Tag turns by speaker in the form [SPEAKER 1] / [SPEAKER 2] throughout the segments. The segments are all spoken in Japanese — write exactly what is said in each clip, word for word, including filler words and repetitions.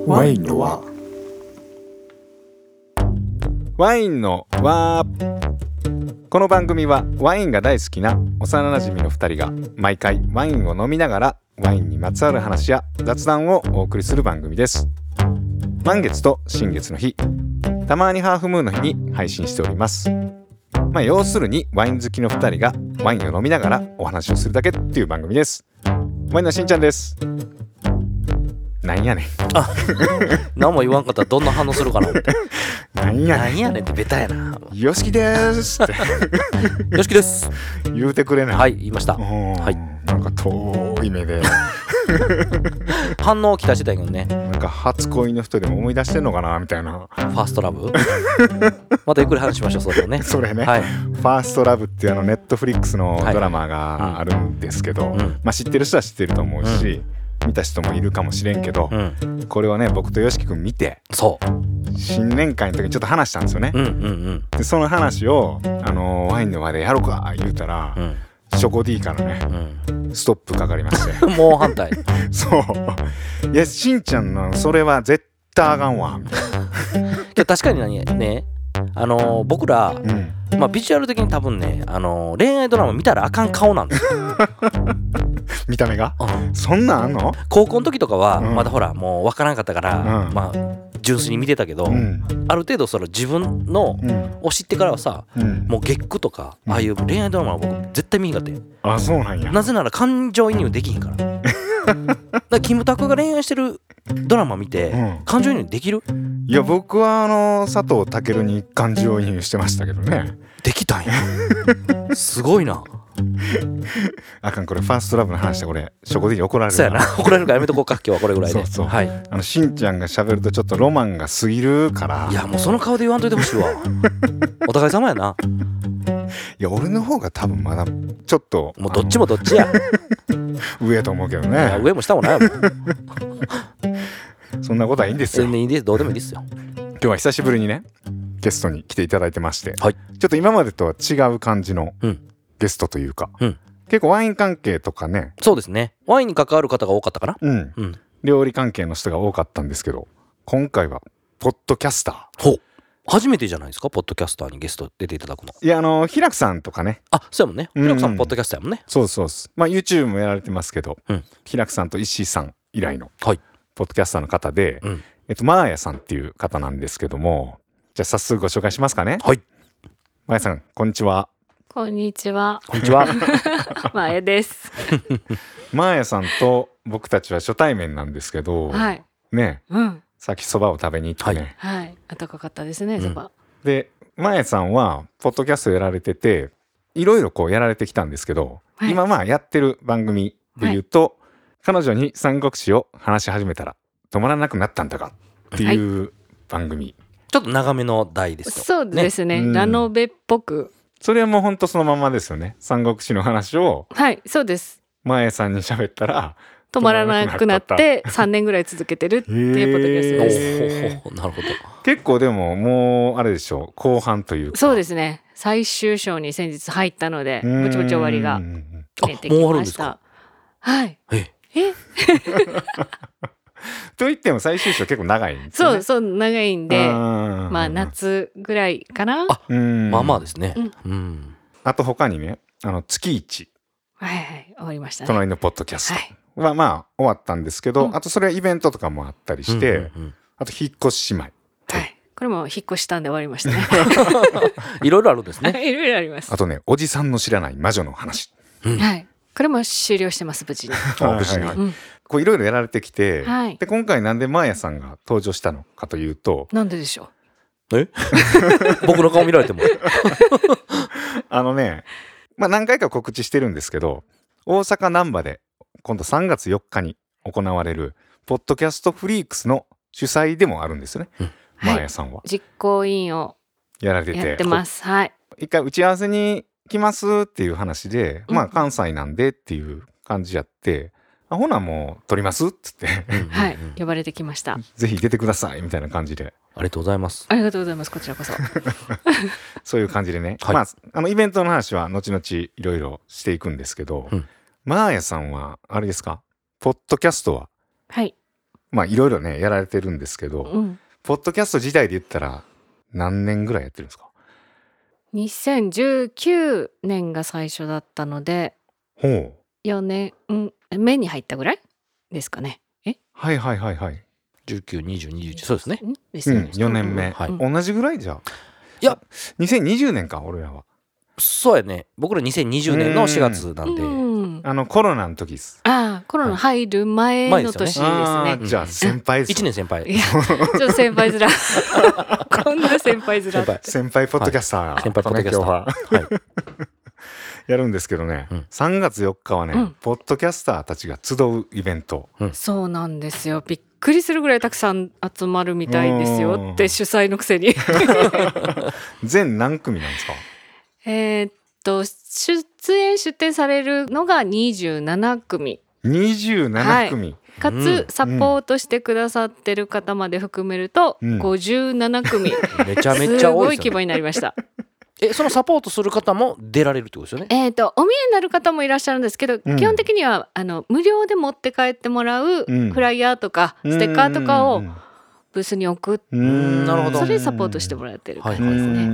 [SPEAKER 1] ワインの輪。ワインの輪。この番組はワインが大好きな幼馴染のふたりが毎回ワインを飲みながらワインにまつわる話や雑談をお送りする番組です。満月と新月の日、たまにハーフムーンの日に配信しております。まあ要するにワイン好きのふたりがワインを飲みながらお話をするだけっていう番組です。ワインのしんちゃんです。なんやねん。
[SPEAKER 2] あ、何も言わんかったらどんな反応するかな思って
[SPEAKER 1] なんやねん。
[SPEAKER 2] なんやねんってベタやな。
[SPEAKER 1] よしきですって
[SPEAKER 2] よしきです
[SPEAKER 1] 言うてくれない。
[SPEAKER 2] はい言いました。はい。
[SPEAKER 1] なんか遠い目で
[SPEAKER 2] 反応を期待してたけどね。
[SPEAKER 1] なんか初恋の人でも思い出してんのかなみたいな。
[SPEAKER 2] ファーストラブまたゆっくり話しましょう。それをね
[SPEAKER 1] それね、
[SPEAKER 2] はい、
[SPEAKER 1] ファーストラブっていうあのネットフリックスのドラマがあるんですけど、
[SPEAKER 2] はい、うん、
[SPEAKER 1] まあ知ってる人は知ってると思うし、うん、見た人もいるかもしれんけど、うん、これをね僕とよしきくん見て、
[SPEAKER 2] そう
[SPEAKER 1] 新年会の時にちょっと話したんですよね、うんうんうん、でその話を、あのー、ワインの輪でやろうか言うたら、うん、ショコ D からね、うん、ストップかかりまして
[SPEAKER 2] もう反対
[SPEAKER 1] そういやしんちゃんのそれは絶対あかんわみたいな
[SPEAKER 2] 確かに何ね、あのー、僕ら、うんまあ、ビジュアル的に多分ね、あのー、恋愛ドラマ見たらあかん顔なんですよ
[SPEAKER 1] 見た目が、
[SPEAKER 2] うん、
[SPEAKER 1] そんなんあんの？
[SPEAKER 2] 高校の時とかは、
[SPEAKER 1] うん、
[SPEAKER 2] まだほらもう分からんかったから、うん、まあ純粋に見てたけど、うん、ある程度その自分のを知ってからはさ、うん、もう月9とか、うん、ああいう恋愛ドラマは僕絶対見んかって。
[SPEAKER 1] あ、そうなんや。
[SPEAKER 2] なぜなら感情移入できひんからだからキムタクが恋愛してるドラマ見て、うん、感情移入できる？
[SPEAKER 1] いや僕はあの佐藤健に感情移入してましたけどね。
[SPEAKER 2] できたんやすごいな。
[SPEAKER 1] あかん、これファーストラブの話でこれショコ D に怒られるな。
[SPEAKER 2] そうやな、怒られるからやめとこうか今日はこれぐらいで。
[SPEAKER 1] そうそう、
[SPEAKER 2] はい、
[SPEAKER 1] あのしんちゃんが喋るとちょっとロマンが過ぎるから。
[SPEAKER 2] いやもうその顔で言わんといてほしいわお互い様やな。
[SPEAKER 1] いや俺の方が多分まだちょっと
[SPEAKER 2] もうどっちもどっちや
[SPEAKER 1] 上やと思うけどね。
[SPEAKER 2] 上も下もないもん
[SPEAKER 1] そんなことはいいんですよ。
[SPEAKER 2] 全然いいです、どうでもいいですよ。
[SPEAKER 1] 今日は久しぶりにねゲストに来ていただいてまして、はい、ちょっと今までとは違う感じのゲストというか、うん、結構ワイン関係とかね。
[SPEAKER 2] そうですね、ワインに関わる方が多かったかな、
[SPEAKER 1] うんうん、料理関係の人が多かったんですけど、今回はポッドキャスター。ほう、
[SPEAKER 2] 初めてじゃないですかポッドキャスターにゲスト出ていただくの。
[SPEAKER 1] いやあの平久さんとかね。
[SPEAKER 2] あ、そうやもんね、平久さんポッドキャスターやもんね。
[SPEAKER 1] そうそうそう、まあ YouTube もやられてますけど、うん、平久さんと石井さん以来のポッドキャスターの方で、はい、えっとマーヤさんっていう方なんですけども、じゃあ早速ご紹介しますかね。はい。マーヤさんこんにちは。
[SPEAKER 3] こんにちは。
[SPEAKER 2] こんにちは
[SPEAKER 3] マーヤです
[SPEAKER 1] マーヤさんと僕たちは初対面なんですけど、はい、ね、うん、さっきそばを食べに行ってね、
[SPEAKER 3] はい、はい、暖かかったですねそば、うん、
[SPEAKER 1] でマーヤさんはポッドキャストやられてていろいろこうやられてきたんですけど、はい、今まあやってる番組で言うと、はい、彼女に三国志を話し始めたら止まらなくなったんだかっていう番組、はい、
[SPEAKER 2] ちょっと長めの題ですよ。
[SPEAKER 3] そうですね、うん、ラノベっぽく。
[SPEAKER 1] それはもうほんとそのままですよね。三国志の話を、
[SPEAKER 3] はいそうです、
[SPEAKER 1] マーヤさんに喋ったら
[SPEAKER 3] 止まらなくなってさんねんぐらい続けてるっていうポッドキャストです。
[SPEAKER 2] なるほど。
[SPEAKER 1] 結構でももうあれでしょう、後半というか。
[SPEAKER 3] そうですね、最終章に先日入ったのでぼちぼち終わりが見えてきました。
[SPEAKER 2] あ、もう終わるんですか。
[SPEAKER 3] はい。
[SPEAKER 2] え
[SPEAKER 3] え
[SPEAKER 1] と言っても最終章結構長いんですよね。
[SPEAKER 3] そうそう長いんで、まあ夏ぐらいかな。
[SPEAKER 2] あ、まあまあですね、うん
[SPEAKER 3] うん、
[SPEAKER 1] あと他にね、あの月一、
[SPEAKER 3] はいはい終わりましたね。
[SPEAKER 1] 隣のポッドキャストはまあ終わったんですけど、うん、あとそれはイベントとかもあったりして、うんうんうん、あと引っ越し姉妹、
[SPEAKER 3] はい、これも引っ越したんで終わりましたね
[SPEAKER 2] いろいろあるんですね
[SPEAKER 3] いろいろあります。
[SPEAKER 1] あとね、おじさんの知らない魔女の話、
[SPEAKER 3] うん、はい、これも終了してます無事に
[SPEAKER 1] 無事に、はいはいはい、うん、こういろいろやられてきて、はい、で今回なんでマーヤさんが登場したのかというと、
[SPEAKER 3] なんででしょ
[SPEAKER 2] う。え僕の顔見られても
[SPEAKER 1] あのね、まあ何回か告知してるんですけど、大阪難波で今度さんがつよっかに行われるポッドキャストフリークスの主催でもあるんですよね、うん、マーヤさんは、はい、
[SPEAKER 3] 実行委員をやられててやってます。はい、
[SPEAKER 1] 一回打ち合わせに来ますっていう話で、まあ関西なんでっていう感じやって、あほなもう撮りますっつって
[SPEAKER 3] はい呼ばれてきました。
[SPEAKER 1] ぜひ出てくださいみたいな感じで。
[SPEAKER 2] ありがとうございます。
[SPEAKER 3] ありがとうございます。こちらこそ
[SPEAKER 1] そういう感じでね、はい、まああのイベントの話は後々いろいろしていくんですけど、うん、マーヤさんはあれですか、ポッドキャストは
[SPEAKER 3] はい
[SPEAKER 1] まあいろいろねやられてるんですけど、
[SPEAKER 3] うん、
[SPEAKER 1] ポッドキャスト自体で言ったら何年ぐらいやってるんですか？
[SPEAKER 3] にせんじゅうきゅうねんが最初だったので、
[SPEAKER 1] ほう。
[SPEAKER 3] よねんめに入ったぐらいですかね。え
[SPEAKER 1] はいはいはいはい。
[SPEAKER 2] じゅうきゅう、にじゅう、にじゅういちそうですね。
[SPEAKER 3] ですよね、
[SPEAKER 1] うん、よねんめ、
[SPEAKER 2] はい、
[SPEAKER 1] 同じぐらいじゃ。
[SPEAKER 2] いや
[SPEAKER 1] にせんにじゅうねんか俺らは。
[SPEAKER 2] そうやね。僕らにせんにじゅうねんのしがつなんで、
[SPEAKER 3] うん、
[SPEAKER 1] あのコロナの時です。
[SPEAKER 3] ああコロナ入る前の年ですね。
[SPEAKER 1] あじゃあ先輩です。
[SPEAKER 2] いちねん先輩。
[SPEAKER 3] いやちょっと先輩面こんな先輩面
[SPEAKER 2] 先輩
[SPEAKER 1] 先輩ポッドキャスター、
[SPEAKER 2] はい、先輩ポッドキャスター、はい
[SPEAKER 1] やるんですけどね、うん、さんがつよっかはね、うん、ポッドキャスターたちが集うイベント、
[SPEAKER 3] うん、そうなんですよ。びっくりするぐらいたくさん集まるみたいですよって主催のくせに
[SPEAKER 1] 全何組なんですか？
[SPEAKER 3] えー、っと出演出展されるのがにじゅうななくみ
[SPEAKER 1] にじゅうななくみ、はい、
[SPEAKER 3] かつサポートしてくださってる方まで含めるとごじゅうななくみ、
[SPEAKER 2] うん、めちゃめちゃ多いですよね。す
[SPEAKER 3] ごい規模になりました。
[SPEAKER 2] えそのサポートする方も出られるってことですよね。
[SPEAKER 3] えーとお見えになる方もいらっしゃるんですけど、うん、基本的にはあの無料で持って帰ってもらうフライヤーとか、うん、ステッカーとかをブースに置く、うん、なるほど、それサポートしてもらってる感じですね。うん、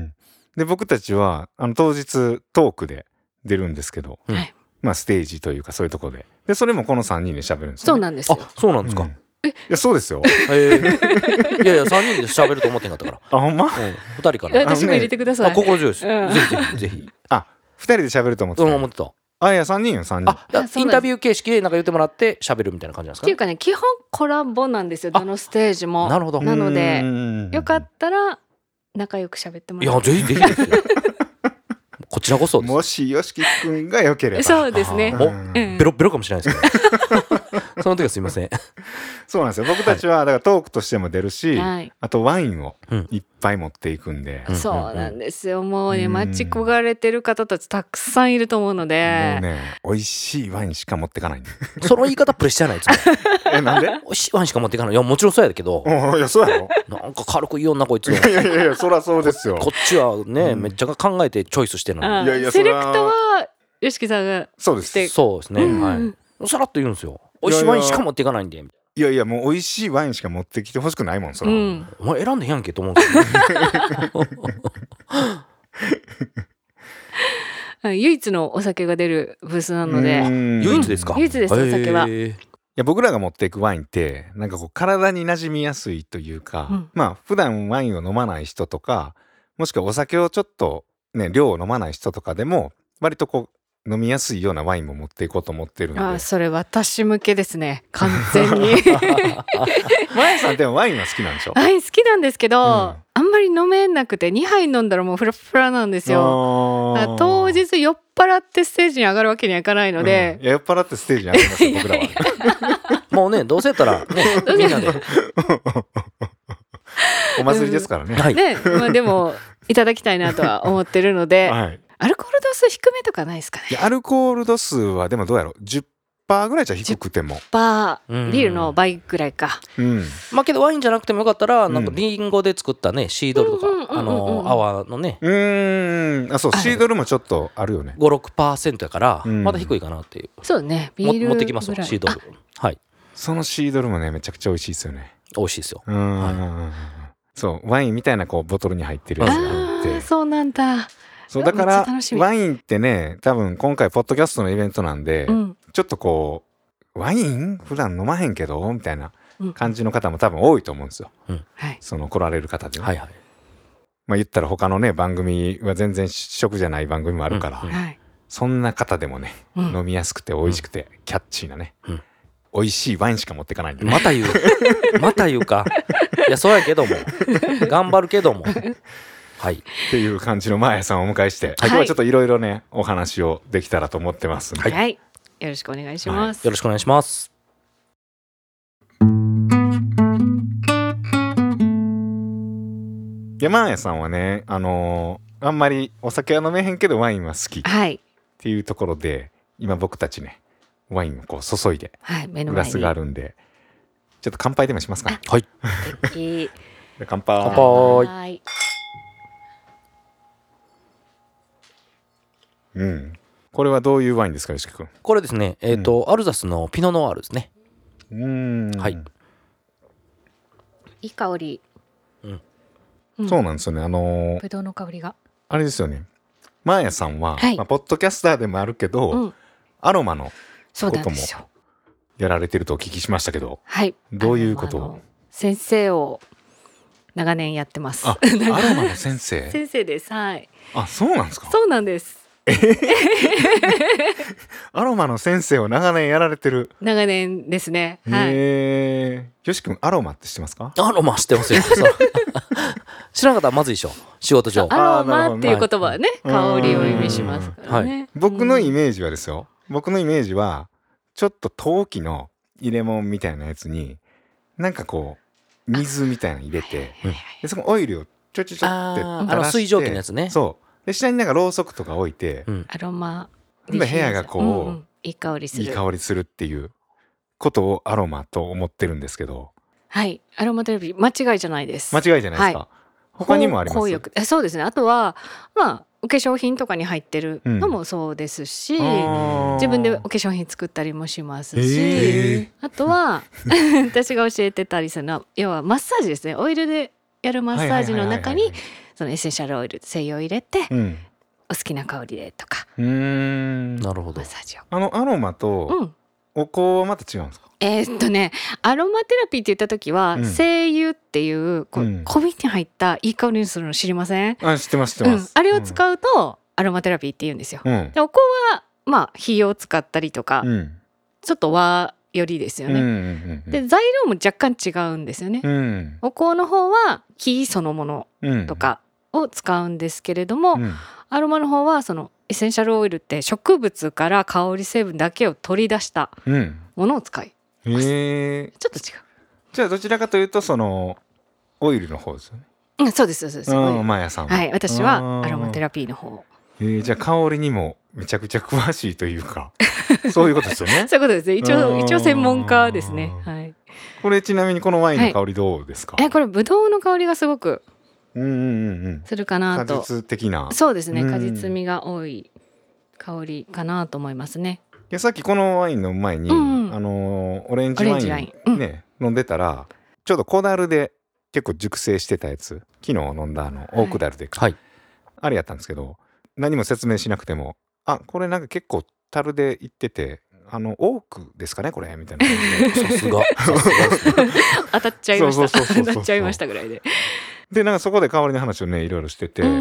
[SPEAKER 1] で僕たちはあの当日トークで出るんですけど、うん、まあステージというかそういうところででそれもこのさんにんで喋るんですよね。
[SPEAKER 3] そうなんですよ。
[SPEAKER 2] あそうなんですか、うん、
[SPEAKER 1] いやそうですよ、
[SPEAKER 2] えー、いやいやさんにんで喋ると思ってんかったから
[SPEAKER 1] あほんま、うん、
[SPEAKER 2] ふたりから
[SPEAKER 3] 私も入れてください。
[SPEAKER 2] あ心強いです、うん、ぜひぜひぜひ
[SPEAKER 1] あふたりで喋ると思ってた、
[SPEAKER 2] うん、思ってた。
[SPEAKER 1] あいやさんにんよさんにん。
[SPEAKER 2] あインタビュー形式でなんか言ってもらって喋るみたいな感じなんですか？
[SPEAKER 3] っていうかね基本コラボなんですよ、どのステージも。
[SPEAKER 2] なるほど。
[SPEAKER 3] なのでよかったら仲良く喋ってもらって。
[SPEAKER 2] いやぜひぜひですよこちらこそです。
[SPEAKER 1] もしよしきくんが良ければ
[SPEAKER 3] そうですね。
[SPEAKER 2] お、うん、ベロベロかもしれないですけどその時はすいません。
[SPEAKER 1] そうなんですよ。僕たちはだからトークとしても出るし、はい、あとワインをいっぱい持っていくんで、
[SPEAKER 3] うん、そうなんですよ。もうね待ち焦がれてる方たちたくさんいると思うので、
[SPEAKER 1] もうね美味しいワインしか持っていかないんで
[SPEAKER 2] その言い方プレッシャーないですか？
[SPEAKER 1] えなんで？
[SPEAKER 2] 美味しいワインしか持っていかない。いやもちろんそうやけど、
[SPEAKER 1] いやそうやろ
[SPEAKER 2] なんか軽く言おうなこいつ。い
[SPEAKER 1] やいやいやそりゃそうですよ。
[SPEAKER 2] こっちはね、うん、めっちゃ考えてチョイスしてるのに。
[SPEAKER 3] いやいやセレクトはよしきさんが
[SPEAKER 1] そうです
[SPEAKER 2] そうですね、うん、はい。さらっと言うんですよ。美味しいワインしか持っていかないんで。
[SPEAKER 1] いやいやもう美味しいワインしか持ってきてほしくないもんそれ、うん、
[SPEAKER 2] お前選んでへんやんけと思うんですよ
[SPEAKER 3] 唯一のお酒が出るブースなので。
[SPEAKER 2] 唯一ですか？
[SPEAKER 3] 唯一ですお酒は。
[SPEAKER 1] いや僕らが持っていくワインってなんかこう体に馴染みやすいというか、うん、まあ普段ワインを飲まない人とかもしくはお酒をちょっとね量を飲まない人とかでも割とこう飲みやすいようなワインも持っていこうと思ってるんで。
[SPEAKER 3] あそれ私向けですね完全に
[SPEAKER 1] マヤさんでもワインは好きなんでしょ？
[SPEAKER 3] ワイン好きなんですけど、うん、あんまり飲めなくてにはい飲んだらもうフラフラなんですよ。当日酔っ払ってステージに上がるわけにはいかないので、
[SPEAKER 1] うん、いや酔っ払ってステージに上がりますよ僕らは
[SPEAKER 2] もうねどうせやったらねみんなで
[SPEAKER 1] お祭りですからね、
[SPEAKER 3] うん、ね、まあ、でもいただきたいなとは思ってるので、はい、アルコール度数低めとかないですかね？
[SPEAKER 1] いやアルコール度数はでもどうやろう じゅっパーセント ぐらいじゃ低くても じゅっ
[SPEAKER 3] パーセント ビールの倍ぐらいか、
[SPEAKER 2] うん、まあけどワインじゃなくてもよかったらなんかリンゴで作ったねシードルとか、うん、あの泡のね
[SPEAKER 1] うーんあそうシードルもちょっとあるよね
[SPEAKER 2] ご、ろくパーセント やからまだ低いかなっていう。
[SPEAKER 3] そうねビール
[SPEAKER 2] 持ってきますよシードル。はい。
[SPEAKER 1] そのシードルもねめちゃくちゃ美味しいですよね。
[SPEAKER 2] 美味しいですよ。
[SPEAKER 1] うん、はい、そうワインみたいなこうボトルに入ってるやつがあって。
[SPEAKER 3] あそうなんだ。
[SPEAKER 1] そうだからワインってね多分今回ポッドキャストのイベントなんで、うん、ちょっとこうワイン普段飲まへんけどみたいな感じの方も多分多いと思うんですよ、うん、その来られる方で、ね、はいはい、まあ言ったら他のね番組は全然食じゃない番組もあるから、うんうん、そんな方でもね、うん、飲みやすくて美味しくてキャッチーなね、うん、美味しいワインしか持ってかないんで、ね、
[SPEAKER 2] また言うまた言うかいやそうやけども頑張るけどもはい、
[SPEAKER 1] っていう感じのマーヤさんをお迎えして、はい、今日はちょっといろいろねお話をできたらと思ってますので、
[SPEAKER 3] はい、よろしくお願いします、
[SPEAKER 2] はい、よろしくお願いします。
[SPEAKER 1] いやマーヤさんはねあのー、あんまりお酒は飲めへんけどワインは好きっていうところで、はい、今僕たちねワインをこう注いで、はい、グラスがあるんでちょっと乾杯でもしますか。
[SPEAKER 2] はい
[SPEAKER 1] 乾杯。
[SPEAKER 2] 乾杯。
[SPEAKER 1] うん、これはどういうワインですか、吉木君。
[SPEAKER 2] これですね、えーとうん、アルザスのピノノワールですね。
[SPEAKER 1] うーん、
[SPEAKER 2] はい。
[SPEAKER 3] いい香り、
[SPEAKER 2] うん
[SPEAKER 1] うん、そうなんですよね。あのー、
[SPEAKER 3] ぶどうの香りが
[SPEAKER 1] あれですよね。マーヤさんは、
[SPEAKER 3] はい、
[SPEAKER 1] まあ、ポッドキャスターでもあるけど、うん、アロマのこともやられてるとお聞きしましたけど、
[SPEAKER 3] はい、
[SPEAKER 1] どういうことを？
[SPEAKER 3] 先生を長年やってます。
[SPEAKER 1] あ、アロマの先生
[SPEAKER 3] 先生です。はい。
[SPEAKER 1] あ、そうなんですか？
[SPEAKER 3] そうなんです。
[SPEAKER 1] アロマの先生を長年やられてる。
[SPEAKER 3] 長年ですね。
[SPEAKER 1] はい。へー。よし君、アロマって知ってますか？
[SPEAKER 2] アロマ知ってますよ。知らなかったらまずいでしょ、仕事上。
[SPEAKER 3] アロマっていう言葉はね、香りを意味しますからね。はい、
[SPEAKER 1] 僕のイメージはですよ、僕のイメージはちょっと陶器の入れ物みたいなやつになんかこう水みたいなの入れて、でそこオイルをちょちょちょって垂らして、あの
[SPEAKER 2] 水蒸気のやつね。
[SPEAKER 1] そうで下になんかろうそくとか置いて、うん、
[SPEAKER 3] アロマ
[SPEAKER 1] で部屋がこう、うんうん、
[SPEAKER 3] いい香りする
[SPEAKER 1] いい香りするっていうことをアロマと思ってるんですけど、
[SPEAKER 3] はい、アロマテラピー間違いじゃないです。
[SPEAKER 1] 間違いじゃないですか。はい、他にもあります。
[SPEAKER 3] えそうですね。あとはまあお化粧品とかに入ってるのもそうですし、うん、自分でお化粧品作ったりもしますし、あとは私が教えてたりするのは要はマッサージですね。オイルでやるマッサージの中にそのエッセンシャルオイル精油を入れて、うん、お好きな香りでとか、
[SPEAKER 1] うーん、
[SPEAKER 2] なるほど。
[SPEAKER 3] マッサージを
[SPEAKER 1] あのアロマとお香はまた違うんですか？
[SPEAKER 3] えー、っとねアロマテラピーって言った時は、うん、精油っていうこう、うん、小瓶に入ったいい香りにするの知りません？
[SPEAKER 1] あ、知ってます知ってます、
[SPEAKER 3] うん、あれを使うと、アロマテラピーって言うんですよ、うん、でお香はまあ火を使ったりとか、うん、ちょっと和よりですよね、うんうんうんうん、で材料も若干違うんですよね、うん、お香の方は木そのものとかを使うんですけれども、うん、アロマの方はそのエッセンシャルオイルって植物から香り成分だけを取り出したものを使います、うん、へちょっと違う。
[SPEAKER 1] じゃあどちらかというとそのオイルの方ですよね。
[SPEAKER 3] うん、そうですそうです。
[SPEAKER 1] マーヤさんは、
[SPEAKER 3] はい、私はアロマテラピーの方。
[SPEAKER 1] えー、じゃあ香りにもめちゃくちゃ詳しいというかそういうことですよね。
[SPEAKER 3] そういうことですね。一応一応専門家ですね。はい。
[SPEAKER 1] これちなみにこのワインの香りどうですか？
[SPEAKER 3] はい、えこれブドウの香りがすごく
[SPEAKER 1] うんうんうん
[SPEAKER 3] するかなと。
[SPEAKER 1] 果実的な。
[SPEAKER 3] そうですね。果実味が多い香りかなと思いますね。
[SPEAKER 1] いやさっきこのワインの前に、うんうん、あのー、オレンジワインね、うん、飲んでたらちょうど小樽で結構熟成してたやつ昨日飲んだあの大下るで、はい、あれやったんですけど何も説明しなくてもあこれなんか結構樽でいっててあのオークですかねこれみたいな
[SPEAKER 2] さすが
[SPEAKER 3] 当たっちゃいました当たっちゃいましたぐらいで
[SPEAKER 1] でなんかそこで香りの話をねいろいろしてて、うん、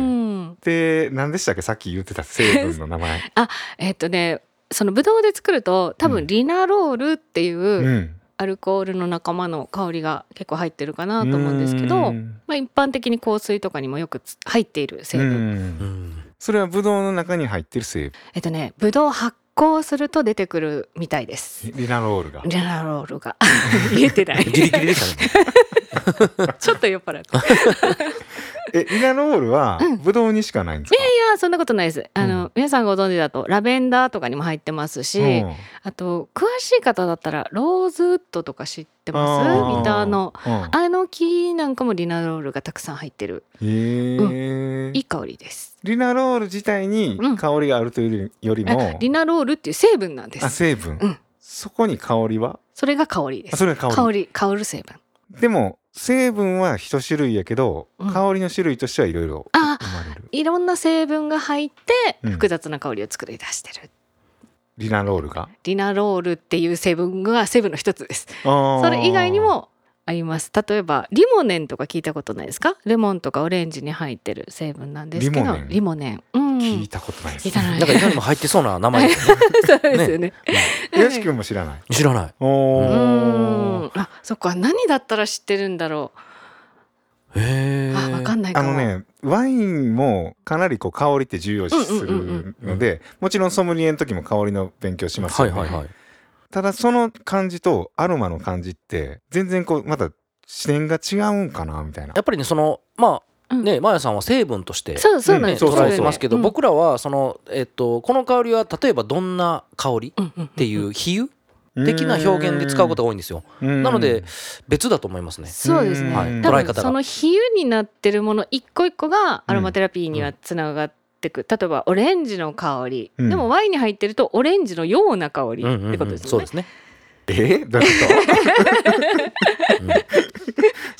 [SPEAKER 1] で何でしたっけさっき言ってた成分の名前
[SPEAKER 3] あえー、っとねそのブドウで作ると多分リナロールっていう、うんアルコールの仲間の香りが結構入ってるかなと思うんですけど、まあ、一般的に香水とかにもよく入っている成分。
[SPEAKER 1] それはブドウの中に入っている成分。
[SPEAKER 3] えっとねブドウ発酵すると出てくるみたいです。
[SPEAKER 1] リナロールが
[SPEAKER 3] リナロールが言えてない
[SPEAKER 2] ギリギリでした
[SPEAKER 3] ねちょっと酔っ払って
[SPEAKER 1] えリナロールはブドウにしかないんですか？
[SPEAKER 3] いやいやそんなことないです。あの、うん、皆さんご存知だとラベンダーとかにも入ってますし、うん、あと詳しい方だったらローズウッドとか知ってます？ギターの、うん、あの木なんかもリナロールがたくさん入ってる。へー、うん、いい香りです。
[SPEAKER 1] リナロール自体に香りがあるというよりも、
[SPEAKER 3] うん、リナロールっていう成分なんです。
[SPEAKER 1] あ成分、うん、そこに香りは
[SPEAKER 3] それが香りです。
[SPEAKER 1] それが香り
[SPEAKER 3] 香り香る成分
[SPEAKER 1] でも成分は一種類やけど、うん、香りの種類としてはいろいろ生まれる。
[SPEAKER 3] いろんな成分が入って複雑な香りを作り出してる、
[SPEAKER 1] うん、リナロールが
[SPEAKER 3] リナロールっていう成分が成分の一つです。それ以外にもあります。例えばリモネンとか聞いたことないですか？レモンとかオレンジに入ってる成分なんですけどリモネン、リモネン、うん、
[SPEAKER 1] 聞いたことないです、ね、
[SPEAKER 2] なんか今にも入ってそうな名前ですね
[SPEAKER 3] そうですよね。
[SPEAKER 1] よし君も知らない？
[SPEAKER 2] 知らない。
[SPEAKER 1] お
[SPEAKER 3] うんあそっか何だったら知ってるんだろう。へあ分かんないかも。
[SPEAKER 1] あのねワインもかなりこう香りって重要視するのでもちろんソムリエの時も香りの勉強しますよね、はいはいはい、ただその感じとアロマの感じって全然こうまた視点が違うんかなみたいな。
[SPEAKER 2] やっぱりねそのまあね、マヤさんは成分として、ね、
[SPEAKER 3] そうそうなんです、
[SPEAKER 2] 捉えてますけど、うん、僕らはその、えっと、この香りは例えばどんな香りっていう比喩的な表現で使うことが多いんですよ。なので別だと思いますね。
[SPEAKER 3] そうですね、はい、捉え方がその比喩になってるもの一個一個がアロマテラピーにはつながってく、うん、例えばオレンジの香り、うん、でもワインに入ってるとオレンジのような香りってことですよね、うんうんうん、
[SPEAKER 2] そうですね。
[SPEAKER 1] えー、どういうこと、うん、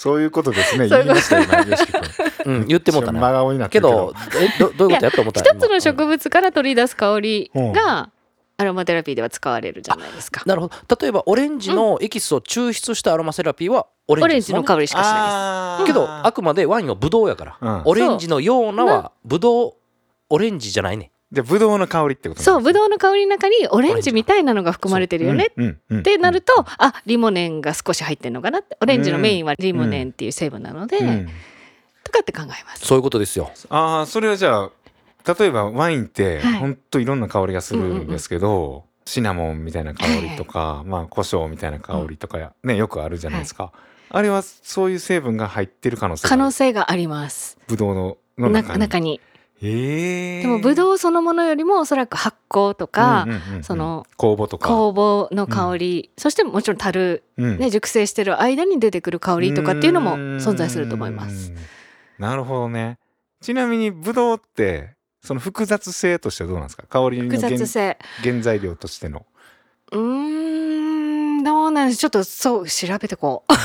[SPEAKER 1] そういうことですね。言いました今よしき君、
[SPEAKER 2] うん、言ってもうたね。
[SPEAKER 1] 真顔になって
[SPEAKER 2] け
[SPEAKER 1] るけど、
[SPEAKER 2] どえ ど, どういうことやと思ったら
[SPEAKER 3] 一つの植物から取り出す香りがアロマテラピーでは使われるじゃないですか。
[SPEAKER 2] なるほど。例えばオレンジのエキスを抽出したアロマセラピーはオレンジですもんね、
[SPEAKER 3] オレンジの香りしかしない
[SPEAKER 2] ですけどあくまでワインはブドウやから、うん、オレンジのようなはブドウオレンジじゃないね。
[SPEAKER 1] じゃあブドウの香りってことなんですね。
[SPEAKER 3] そう、ブドウの香りの中にオレンジみたいなのが含まれてるよねってなると、あ、リモネンが少し入ってるのかなって。オレンジのメインはリモネンっていう成分なので、うんうん、とかって考えます。
[SPEAKER 2] そういうことですよ。
[SPEAKER 1] ああ、それはじゃあ例えばワインってほんといろんな香りがするんですけど、はい、うんうんうん、シナモンみたいな香りとか、はいはい、まあ胡椒みたいな香りとか、うん、ね、よくあるじゃないですか、はい、あれはそういう成分が入ってる可能性が
[SPEAKER 3] 可能性があります。
[SPEAKER 1] ブドウのの中に。中に
[SPEAKER 3] へー。でもブドウそのものよりもおそらく発酵とか、うんうんうんうん、その
[SPEAKER 1] 酵母とか
[SPEAKER 3] 酵母の香り、うん、そしてもちろん樽、うんね、熟成してる間に出てくる香りとかっていうのも存在すると思います。
[SPEAKER 1] なるほどね。ちなみにブドウってその複雑性としてはどうなんですか？香りの
[SPEAKER 3] 複雑性
[SPEAKER 1] 原材料としての。
[SPEAKER 3] うーん、どうなんです。ちょっとそう調べてこう、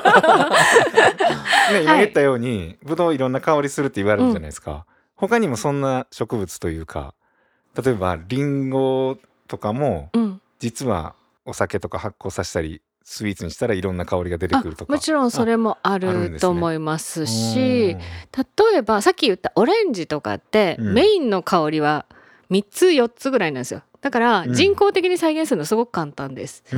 [SPEAKER 1] ね、今言ったように、はい、ブドウいろんな香りするって言われるじゃないですか、うん、他にもそんな植物というか、例えばリンゴとかも、うん、実はお酒とか発酵させたりスイーツにしたらいろんな香りが出てくるとか。
[SPEAKER 3] もちろんそれもあると思いますし、ね、例えばさっき言ったオレンジとかって、うん、メインの香りはみっつよっつぐらいなんですよ。だから人工的に再現するのすごく簡単です、うん、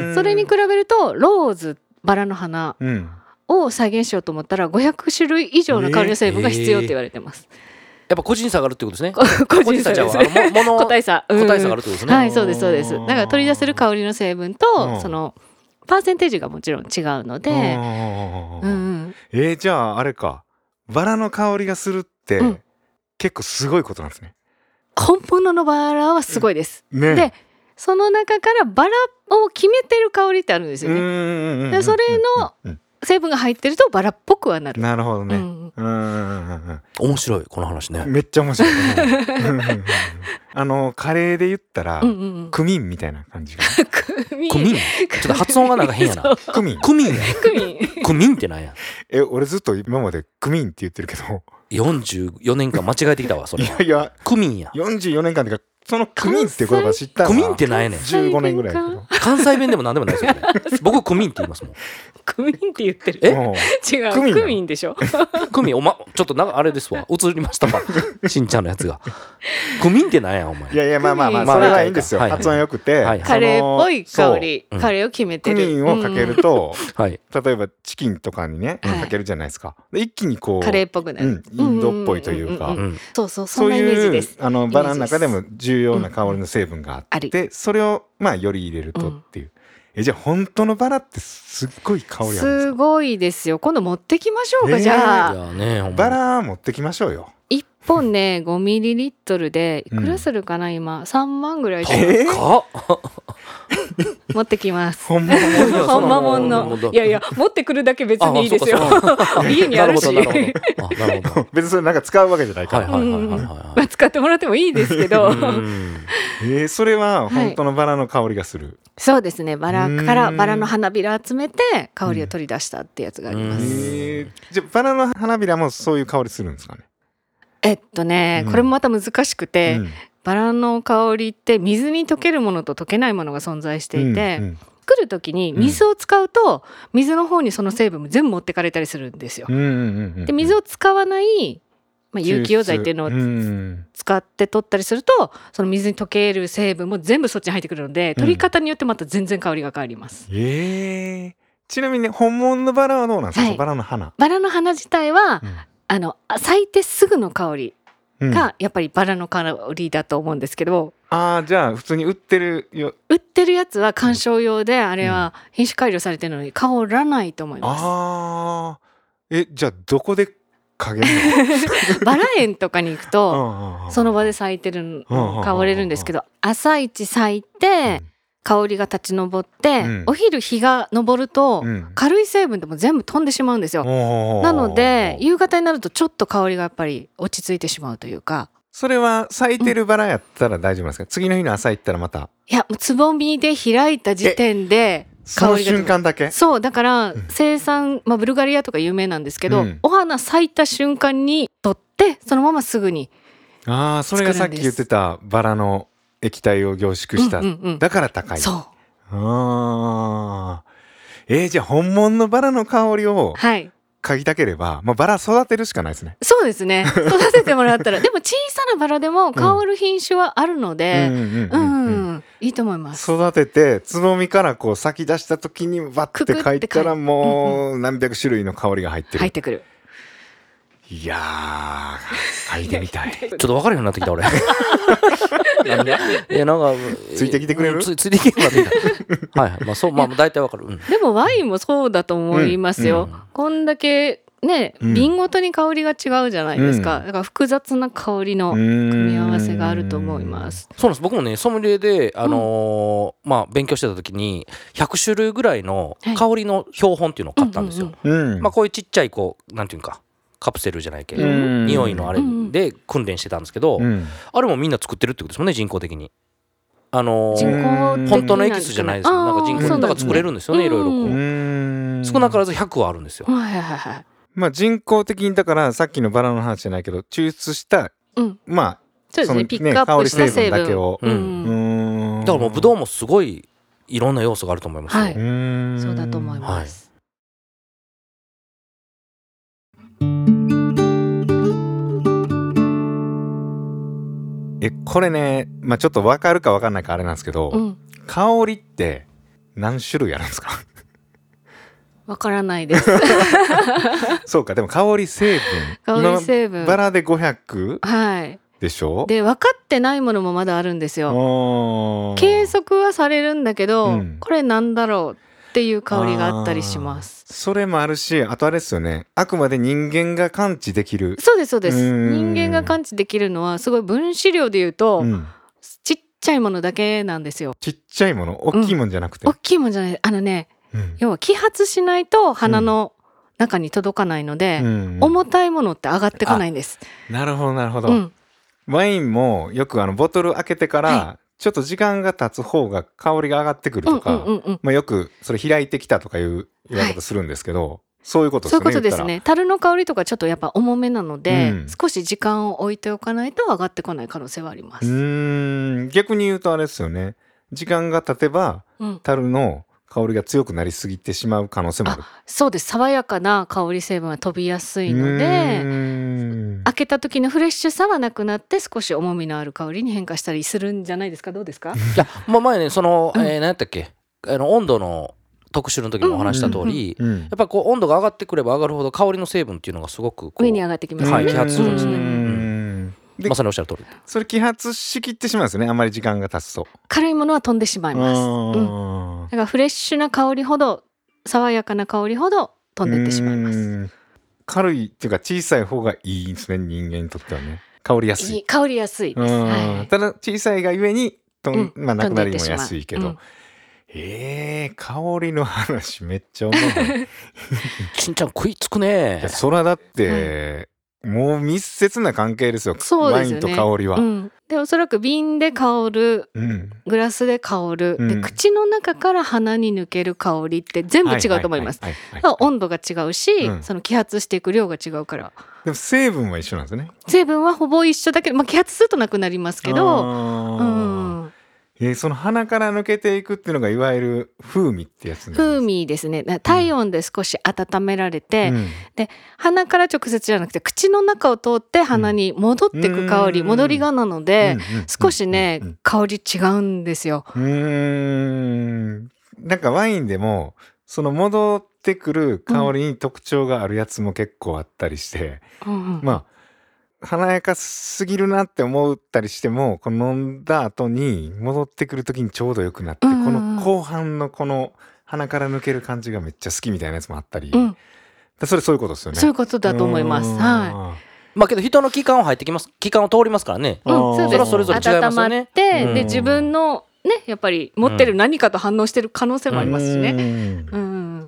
[SPEAKER 3] それに比べるとローズ、バラの花を再現しようと思ったらごひゃくしゅるい以上の香りの成分が必要って言われてます、えー
[SPEAKER 2] やっぱ個人差があるってことですね。
[SPEAKER 3] 個人差ですね。個体差、
[SPEAKER 2] 個体差があるってことですね。
[SPEAKER 3] はい、そうですそうです。だから取り出せる香りの成分とそのパーセンテージがもちろん違うので、うんうん、
[SPEAKER 1] えー、じゃああれか、バラの香りがするって、うん、結構すごいことなんですね。
[SPEAKER 3] 本物のバラはすごいです、
[SPEAKER 1] ね、
[SPEAKER 3] でその中からバラを決めてる香りってあるんですよね。でそれの成分が入ってるとバラっぽくはなる。
[SPEAKER 1] なるほどね、うん、うん
[SPEAKER 2] うん面白いこの話ね。
[SPEAKER 1] めっちゃ面白い、ね、あのカレーで言ったら、うんうん、クミンみたいな感じが
[SPEAKER 2] クミンちょっと発音がなんか変やな
[SPEAKER 1] クミン
[SPEAKER 2] クミンクミンクミンってなんや。
[SPEAKER 1] え俺ずっと今までクミンって言ってるけど
[SPEAKER 2] よんじゅうよねんかん間違えてきたわそれは。いやいやクミンや。
[SPEAKER 1] よんじゅうよねんかんってかそのクミンっていう言葉知ったのは
[SPEAKER 2] クミンってなんやねん。
[SPEAKER 1] じゅうごねんぐらいやけど
[SPEAKER 2] 関西弁でもなんでもないですよね僕クミンって言いますもん。
[SPEAKER 3] クミンって言ってる。
[SPEAKER 2] え
[SPEAKER 3] 違うクミン、クミンでしょ
[SPEAKER 2] クミンおまちょっとなんかあれですわ映りましたわしんちゃんのやつがクミンってなんやお前。
[SPEAKER 1] いやいやまあまあまあそれはいいんですよ、はいはい、発音よくて、はいはい、
[SPEAKER 3] カレーっぽい香り、カレーを決めてる。
[SPEAKER 1] クミンをかけると、うん、例えばチキンとかにね、はい、かけるじゃないですか。で一気にこう
[SPEAKER 3] カレーっぽくなる、
[SPEAKER 1] うん、インドっぽいというか、
[SPEAKER 3] そうそうそんなイメージです。
[SPEAKER 1] そういうあのバラの中でも重要な香りの成分があって、うん、それをまあより入れるとっていう、うん、えじゃあ本当のバラってすっごい香りあるんですか？
[SPEAKER 3] すごいですよ。今度持ってきましょうか、えー、じゃあ、いや、
[SPEAKER 1] ね、バラ持ってきましょうよ。
[SPEAKER 3] いっぽんねごミリリットルでいくらするかな、うん、今さんまんぐらいで、
[SPEAKER 2] えー、
[SPEAKER 3] 持ってきます。
[SPEAKER 1] ほんまもん
[SPEAKER 3] ほんまもんのいやいや持ってくるだけ別にいいですよ家にあるし
[SPEAKER 2] なるほどなるほど
[SPEAKER 1] 別にそれなんか使うわけじゃないから、
[SPEAKER 3] はいはいはいはいはい、使ってもらってもいいですけど
[SPEAKER 1] えー、それは本当のバラの香りがする、はい、
[SPEAKER 3] そうですね。バラからバラの花びら集めて香りを取り出したってやつがあります。
[SPEAKER 1] えー、じゃあバラの花びらもそういう香りするんですかね？
[SPEAKER 3] えっとね、うん、これもまた難しくて、うん、バラの香りって水に溶けるものと溶けないものが存在していて、うんうん、作る時に水を使うと、うん、水の方にその成分も全部持ってかれたりするんですよ、うんうんうん、で水を使わないまあ、有機溶剤っていうのを使って取ったりするとその水に溶ける成分も全部そっちに入ってくるので、取り方によってまた全然香りが変わります、
[SPEAKER 1] うん、えー、ちなみに、ね、本物のバラはどうなんですか、はい、バラの花
[SPEAKER 3] バラの花自体は、うん、あの咲いてすぐの香りがやっぱりバラの香りだと思うんですけど、
[SPEAKER 1] うん、あーじゃあ普通に売ってるよ
[SPEAKER 3] 売ってるやつは観賞用で、あれは品種改良されてるのに香らないと思います、うん、
[SPEAKER 1] あーえじゃあどこで
[SPEAKER 3] バラ園とかに行くとその場で咲いてるの香れるんですけど、朝一咲いて香りが立ち上って、うん、お昼日が昇ると、うん、軽い成分でも全部飛んでしまうんですよ。なので夕方になるとちょっと香りがやっぱり落ち着いてしまうというか。
[SPEAKER 1] それは咲いてるバラやったら大丈夫ですか、うん、次の日の朝行ったらまた。
[SPEAKER 3] いやもうつぼみで開いた時点で
[SPEAKER 1] その瞬間だけ。
[SPEAKER 3] そうだから生産、まあ、ブルガリアとか有名なんですけど、うん、お花咲いた瞬間に取ってそのまますぐに作るんです。
[SPEAKER 1] ああ、それがさっき言ってたバラの液体を凝縮した、うんうんうん、だから高い。
[SPEAKER 3] そう。
[SPEAKER 1] ああ、えー、じゃあ本物のバラの香りを嗅ぎたければ、はい、まあ、バラ育てるしかないですね。
[SPEAKER 3] そうですね、育ててもらったらでも小さなバラでも香る品種はあるので、いいと思います。
[SPEAKER 1] 育ててつぼみからこう咲き出した時にバッて嗅いだらもう何百種類の香りが入ってる。
[SPEAKER 3] 入ってくる。
[SPEAKER 1] いやー、嗅いでみたい。
[SPEAKER 2] ちょっと分かるようになってきた俺。なんで？いや、なんか
[SPEAKER 1] ついてきてくれる？
[SPEAKER 2] つ, ついてきてくれた。はいはい、まあそう、まあ大体分かる。うん、
[SPEAKER 3] でもワインもそうだと思いますよ。うんうん、こんだけね、瓶ごとに香りが違うじゃないですか。うん、だから複雑な香りの組み合わせがあると思います。
[SPEAKER 2] そうなんです。僕もね、ソムリエであのーうん、まあ勉強してた時にひゃく種類ぐらいの香りの標本っていうのを買ったんですよ。うんうんうん、まあこういうちっちゃいこうなんていうか。カプセルじゃないけど匂いのあれで訓練してたんですけど、うん、あれもみんな作ってるってことですもんね、人工的に。あのー、人工的本当のエキスじゃないですけど、なんか人工だから作れるんですよね、いろいろこう。少なからずひゃくはあるんですよ。
[SPEAKER 3] はいはいはい。
[SPEAKER 1] まあ人工的にだからさっきのバラの話じゃないけど抽出した、うん、まあ
[SPEAKER 3] そうですね、ピックアップした成分だけを、
[SPEAKER 2] うん、だからもうブドウもすごいいろんな要素があると思いますよ。
[SPEAKER 3] はい、そうだと思います。はい、
[SPEAKER 1] えこれね、まあ、ちょっと分かるか分かんないかあれなんですけど、うん、香りって何種類あるんですか？
[SPEAKER 3] 分からないです
[SPEAKER 1] そうか、でも香り成分
[SPEAKER 3] 香り成分
[SPEAKER 1] バラでごひゃく、
[SPEAKER 3] はい、
[SPEAKER 1] でしょ。
[SPEAKER 3] で分かってないものもまだあるんですよ。計測はされるんだけど、うん、これなんだろうっていう香りがあったりします。
[SPEAKER 1] それもあるし、あとあれですよね、あくまで人間が感知できる。
[SPEAKER 3] そうですそうです。人間が感知できるのはすごい分子量でいうと、うん、ちっちゃいものだけなんですよ。
[SPEAKER 1] ちっちゃいもの、大きいもんじゃなくて、
[SPEAKER 3] うん、大きいもんじゃない。あのね、うん、要は揮発しないと鼻の中に届かないので、うん、重たいものって上がってこないんです。
[SPEAKER 1] なるほどなるほど、うん、ワインもよくあのボトル開けてから、はい、ちょっと時間が経つ方が香りが上がってくるとか、うんうんうんうん、まあ、よくそれ開いてきたとかいう言われ方するんですけど、はい、そういうことですね。
[SPEAKER 3] そういうことですね。樽の香りとかちょっとやっぱ重めなので、うん、少し時間を置いておかないと上がってこない可能性はあります。
[SPEAKER 1] うーん、逆に言うとあれですよね、時間が経てば、うん、樽の香りが強くなりすぎてしまう可能性もある。
[SPEAKER 3] あ、そうです。爽やかな香り成分は飛びやすいので、開けた時のフレッシュさはなくなって少し重みのある香りに変化したりするんじゃないですか。どうですか？
[SPEAKER 2] いや、まあ、前ねその、うん、えー、何やったっけ、あの温度の特集の時もお話した通り、うんうんうん、やっぱこう温度が上がってくれば上がるほど香りの成分っていうのがすごくこう
[SPEAKER 3] 上に上がってきますね。
[SPEAKER 2] はい、揮発するんですね。うん、まさにおっしゃる通り。
[SPEAKER 1] それ揮発しきってしまうんですよね、あまり時間が経つと。
[SPEAKER 3] 軽いものは飛んでしまいます、うん、だからフレッシュな香りほど、爽やかな香りほど飛んでってしまいます。
[SPEAKER 1] 軽いっていうか小さい方がいいんですね、人間にとってはね。香りやすい。
[SPEAKER 3] 香りやすいです、はい、
[SPEAKER 1] ただ小さいがゆえにと、うん、まあ、なくなりも安いけど、うん、えー、香りの話めっちゃ思う
[SPEAKER 2] しんちゃん食いつくね。
[SPEAKER 1] いや、そらだって、うん、もう密接な関係ですよ。
[SPEAKER 3] そうですよね、
[SPEAKER 1] ワインと香りは、うん、
[SPEAKER 3] でおそらく瓶で香る、うん、グラスで香る、うん、で口の中から鼻に抜ける香りって全部違うと思います。温度が違うし、うん、その揮発していく量が違うから。
[SPEAKER 1] でも成分は一緒なんですよね。
[SPEAKER 3] 成分はほぼ一緒だけど、まあ、揮発するとなくなりますけど、うん、
[SPEAKER 1] えー、その鼻から抜けていくっていうのがいわゆる風味ってやつなんですか？
[SPEAKER 3] 風味ですね。体温で少し温められて、うん、で鼻から直接じゃなくて口の中を通って鼻に戻っていく香り、うん、戻りがなので、うん、少しね、うん、香り違うんですよ。うー
[SPEAKER 1] ん、なんかワインでもその戻ってくる香りに特徴があるやつも結構あったりして、うん、まあ華やかすぎるなって思ったりしても、この飲んだ後に戻ってくる時にちょうどよくなって、うんうんうん、この後半のこの鼻から抜ける感じがめっちゃ好きみたいなやつもあったり、うん、それそういうことですよね。
[SPEAKER 3] そういうことだと思います。はい。
[SPEAKER 2] まあけど人の気管を入ってきます。気管を通りますからね。
[SPEAKER 3] うん、そうです。
[SPEAKER 2] それはそれぞれ違いますよね。
[SPEAKER 3] 温まって、うん、で自分のね、やっぱり持ってる何かと反応してる可能性もありますしね。うん、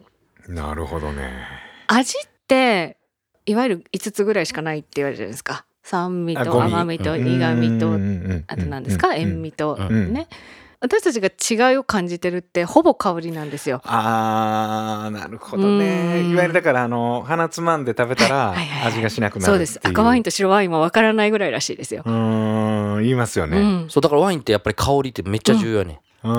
[SPEAKER 1] うん、なるほどね。
[SPEAKER 3] 味っていわゆるいつつぐらいしかないって言われるじゃないですか。酸味と甘みと苦みと、あと何ですか、塩味とね。 私たちが違いを感じてるってほぼ香りなんですよ。
[SPEAKER 1] あーなるほどね。いわゆるだからあの鼻つまんで食べたら味がしなくなるっていう、
[SPEAKER 3] そうです。赤ワインと白ワインもわからないぐらいらしいですよ。
[SPEAKER 1] うーん言いますよね、うん、
[SPEAKER 2] そうだからワインってやっぱり香りってめっちゃ重要やね、うん、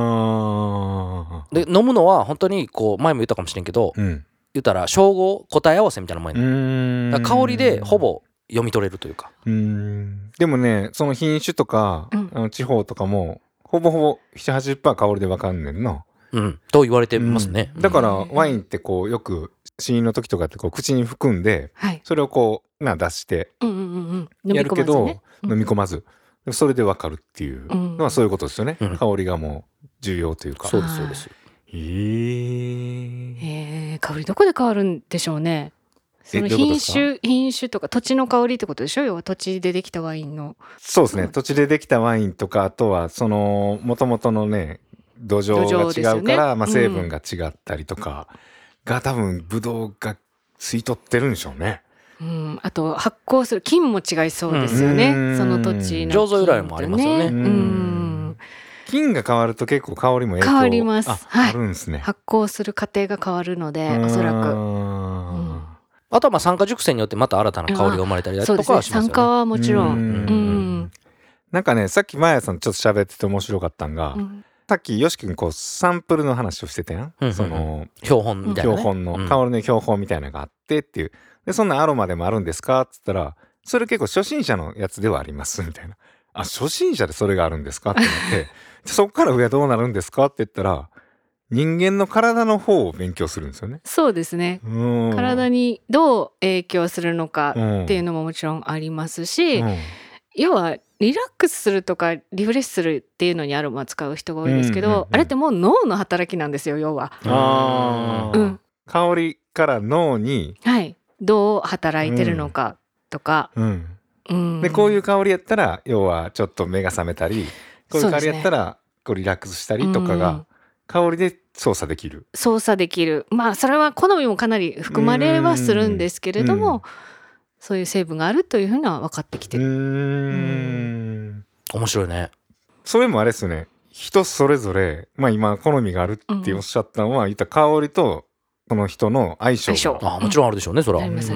[SPEAKER 2] で飲むのは本当にこう前も言ったかもしれんけど、うん、言ったら照合答え合わせみたいなもんやね。だから香りでほぼ読み取れるというか。
[SPEAKER 1] うーんでもねその品種とか、うん、あの地方とかもほぼほぼ ななじゅうはちパーセント 香りでわかんねんな、
[SPEAKER 2] うん、と言われてますね、
[SPEAKER 1] うん、だからワインってこうよく試飲の時とかってこう口に含んで、はい、それをこうな出してやるけど、うんうんうん、飲み込まず、うん、それでわかるっていうのはそういうことですよね、うん、香りがもう重要というか。
[SPEAKER 2] そうですそうです。
[SPEAKER 1] へー
[SPEAKER 3] えー、香りどこで変わるんでしょうね。その品種品種とか土地の香りってことでしょ。要は土地でできたワインの。
[SPEAKER 1] そうですね、うん、土地でできたワインとかあとはその元々のね土壌が違うから、ねまあ、成分が違ったりとかが多分ブドウが吸い取ってるんでしょうね、
[SPEAKER 3] うん、あと発酵する菌も違いそうですよね、うん、その土地の
[SPEAKER 2] 醸造由来もありますよね、うん
[SPEAKER 1] うん菌が変わると結構香りも影響
[SPEAKER 3] 変わります。
[SPEAKER 1] あ,、
[SPEAKER 3] はい、
[SPEAKER 1] あるんですね。
[SPEAKER 3] 発酵する過程が変わるのでおそらく、うん
[SPEAKER 2] あとはまあ酸化熟成によってまた新たな香りが生まれたりだとかはしますよね。
[SPEAKER 3] 酸化はもちろん。うんうん
[SPEAKER 1] なんかねさっきマヤさんちょっと喋ってて面白かったんが、うん、さっきよし君こうサンプルの話をしてたやん、うんうん、その
[SPEAKER 2] 標本みたいな、ね、
[SPEAKER 1] 標本の、うん、香りの標本みたいなのがあってっていうでそんなアロマでもあるんですかっつったらそれ結構初心者のやつではありますみたいな。あ初心者でそれがあるんですかって言ってそっから上はどうなるんですかって言ったら人間の体の方を勉強するんですよね。
[SPEAKER 3] そうですね、うん、体にどう影響するのかっていうのももちろんありますし、うん、要はリラックスするとかリフレッシュするっていうのにアロマを使う人が多いですけど、うんうんうん、あれってもう脳の働きなんですよ要は。
[SPEAKER 1] あ、うん、香りから脳に、
[SPEAKER 3] はい、どう働いてるのかとか、
[SPEAKER 1] うんうん、でこういう香りやったら要はちょっと目が覚めたりこういう香りやったらこうリラックスしたりとかが香りで操作できる
[SPEAKER 3] 操作できる。まあそれは好みもかなり含まれはするんですけれども、そういう成分があるというふうには分かってきてる。うー
[SPEAKER 2] ん面白いね。
[SPEAKER 1] それもあれですよね人それぞれ、まあ、今好みがあるっておっしゃったのは、うん、言った香りとその人の相性が
[SPEAKER 2] 相性あもちろんあるでしょうねそれは、うん
[SPEAKER 3] うん、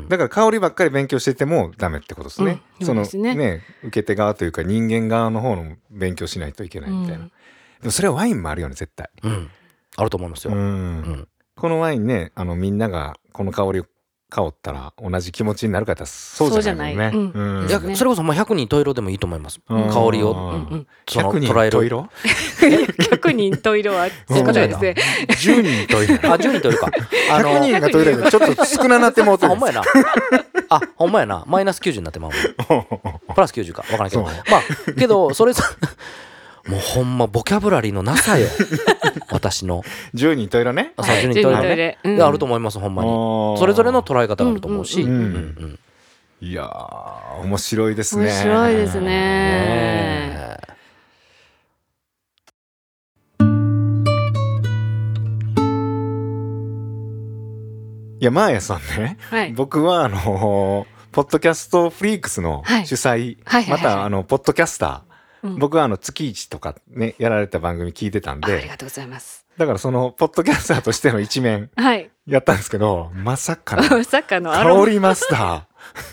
[SPEAKER 1] だから香りばっかり勉強しててもダメってことですね、うん、そのね、ね受け手側というか人間側の方の勉強しないといけないみたいな、うん、でもそれはワインもあるよね絶対、
[SPEAKER 2] うん、あると思いますよ、うんうん、
[SPEAKER 1] このワインねあのみんながこの香りを香ったら同じ気持ちになるかってそうじゃないもんね。
[SPEAKER 3] そうじゃない、うんうん、
[SPEAKER 2] いやそれこそまあひゃくにん十色でもいいと思います、うん、香りを、うんうん、
[SPEAKER 1] ひゃくにん十色
[SPEAKER 3] ひゃくにん十色は少ないですね
[SPEAKER 1] じゅうにん十色
[SPEAKER 2] あじゅうにん十色か
[SPEAKER 1] あのひゃくにんが十色でちょっと少ななってもうてる
[SPEAKER 2] ほんまやなあほんまやなマイナスきゅうじゅうになってまうプラスきゅうじゅうか分からんけどまあけどそれもうほんまボキャブラリーのなさよ私の
[SPEAKER 1] じゅうにん十色ね
[SPEAKER 2] あそうじゅうにん十色ね、うん、あると思いますほんまにそれぞれの捉え方があると思うし、うんうんうんうん、
[SPEAKER 1] いやー面白いですね。
[SPEAKER 3] 面白いですね。ね
[SPEAKER 1] いやマーヤさんね、はい、僕はあのポッドキャストフリークスの主催、はいはいはいはい、またあのポッドキャスター、うん、僕はあの月一とかねやられた番組聞いてたんで
[SPEAKER 3] あ, ありがとうございます。
[SPEAKER 1] だからそのポッドキャスターとしての一面やったんですけど、はい、まさかの
[SPEAKER 3] まさかの
[SPEAKER 1] 香りマスター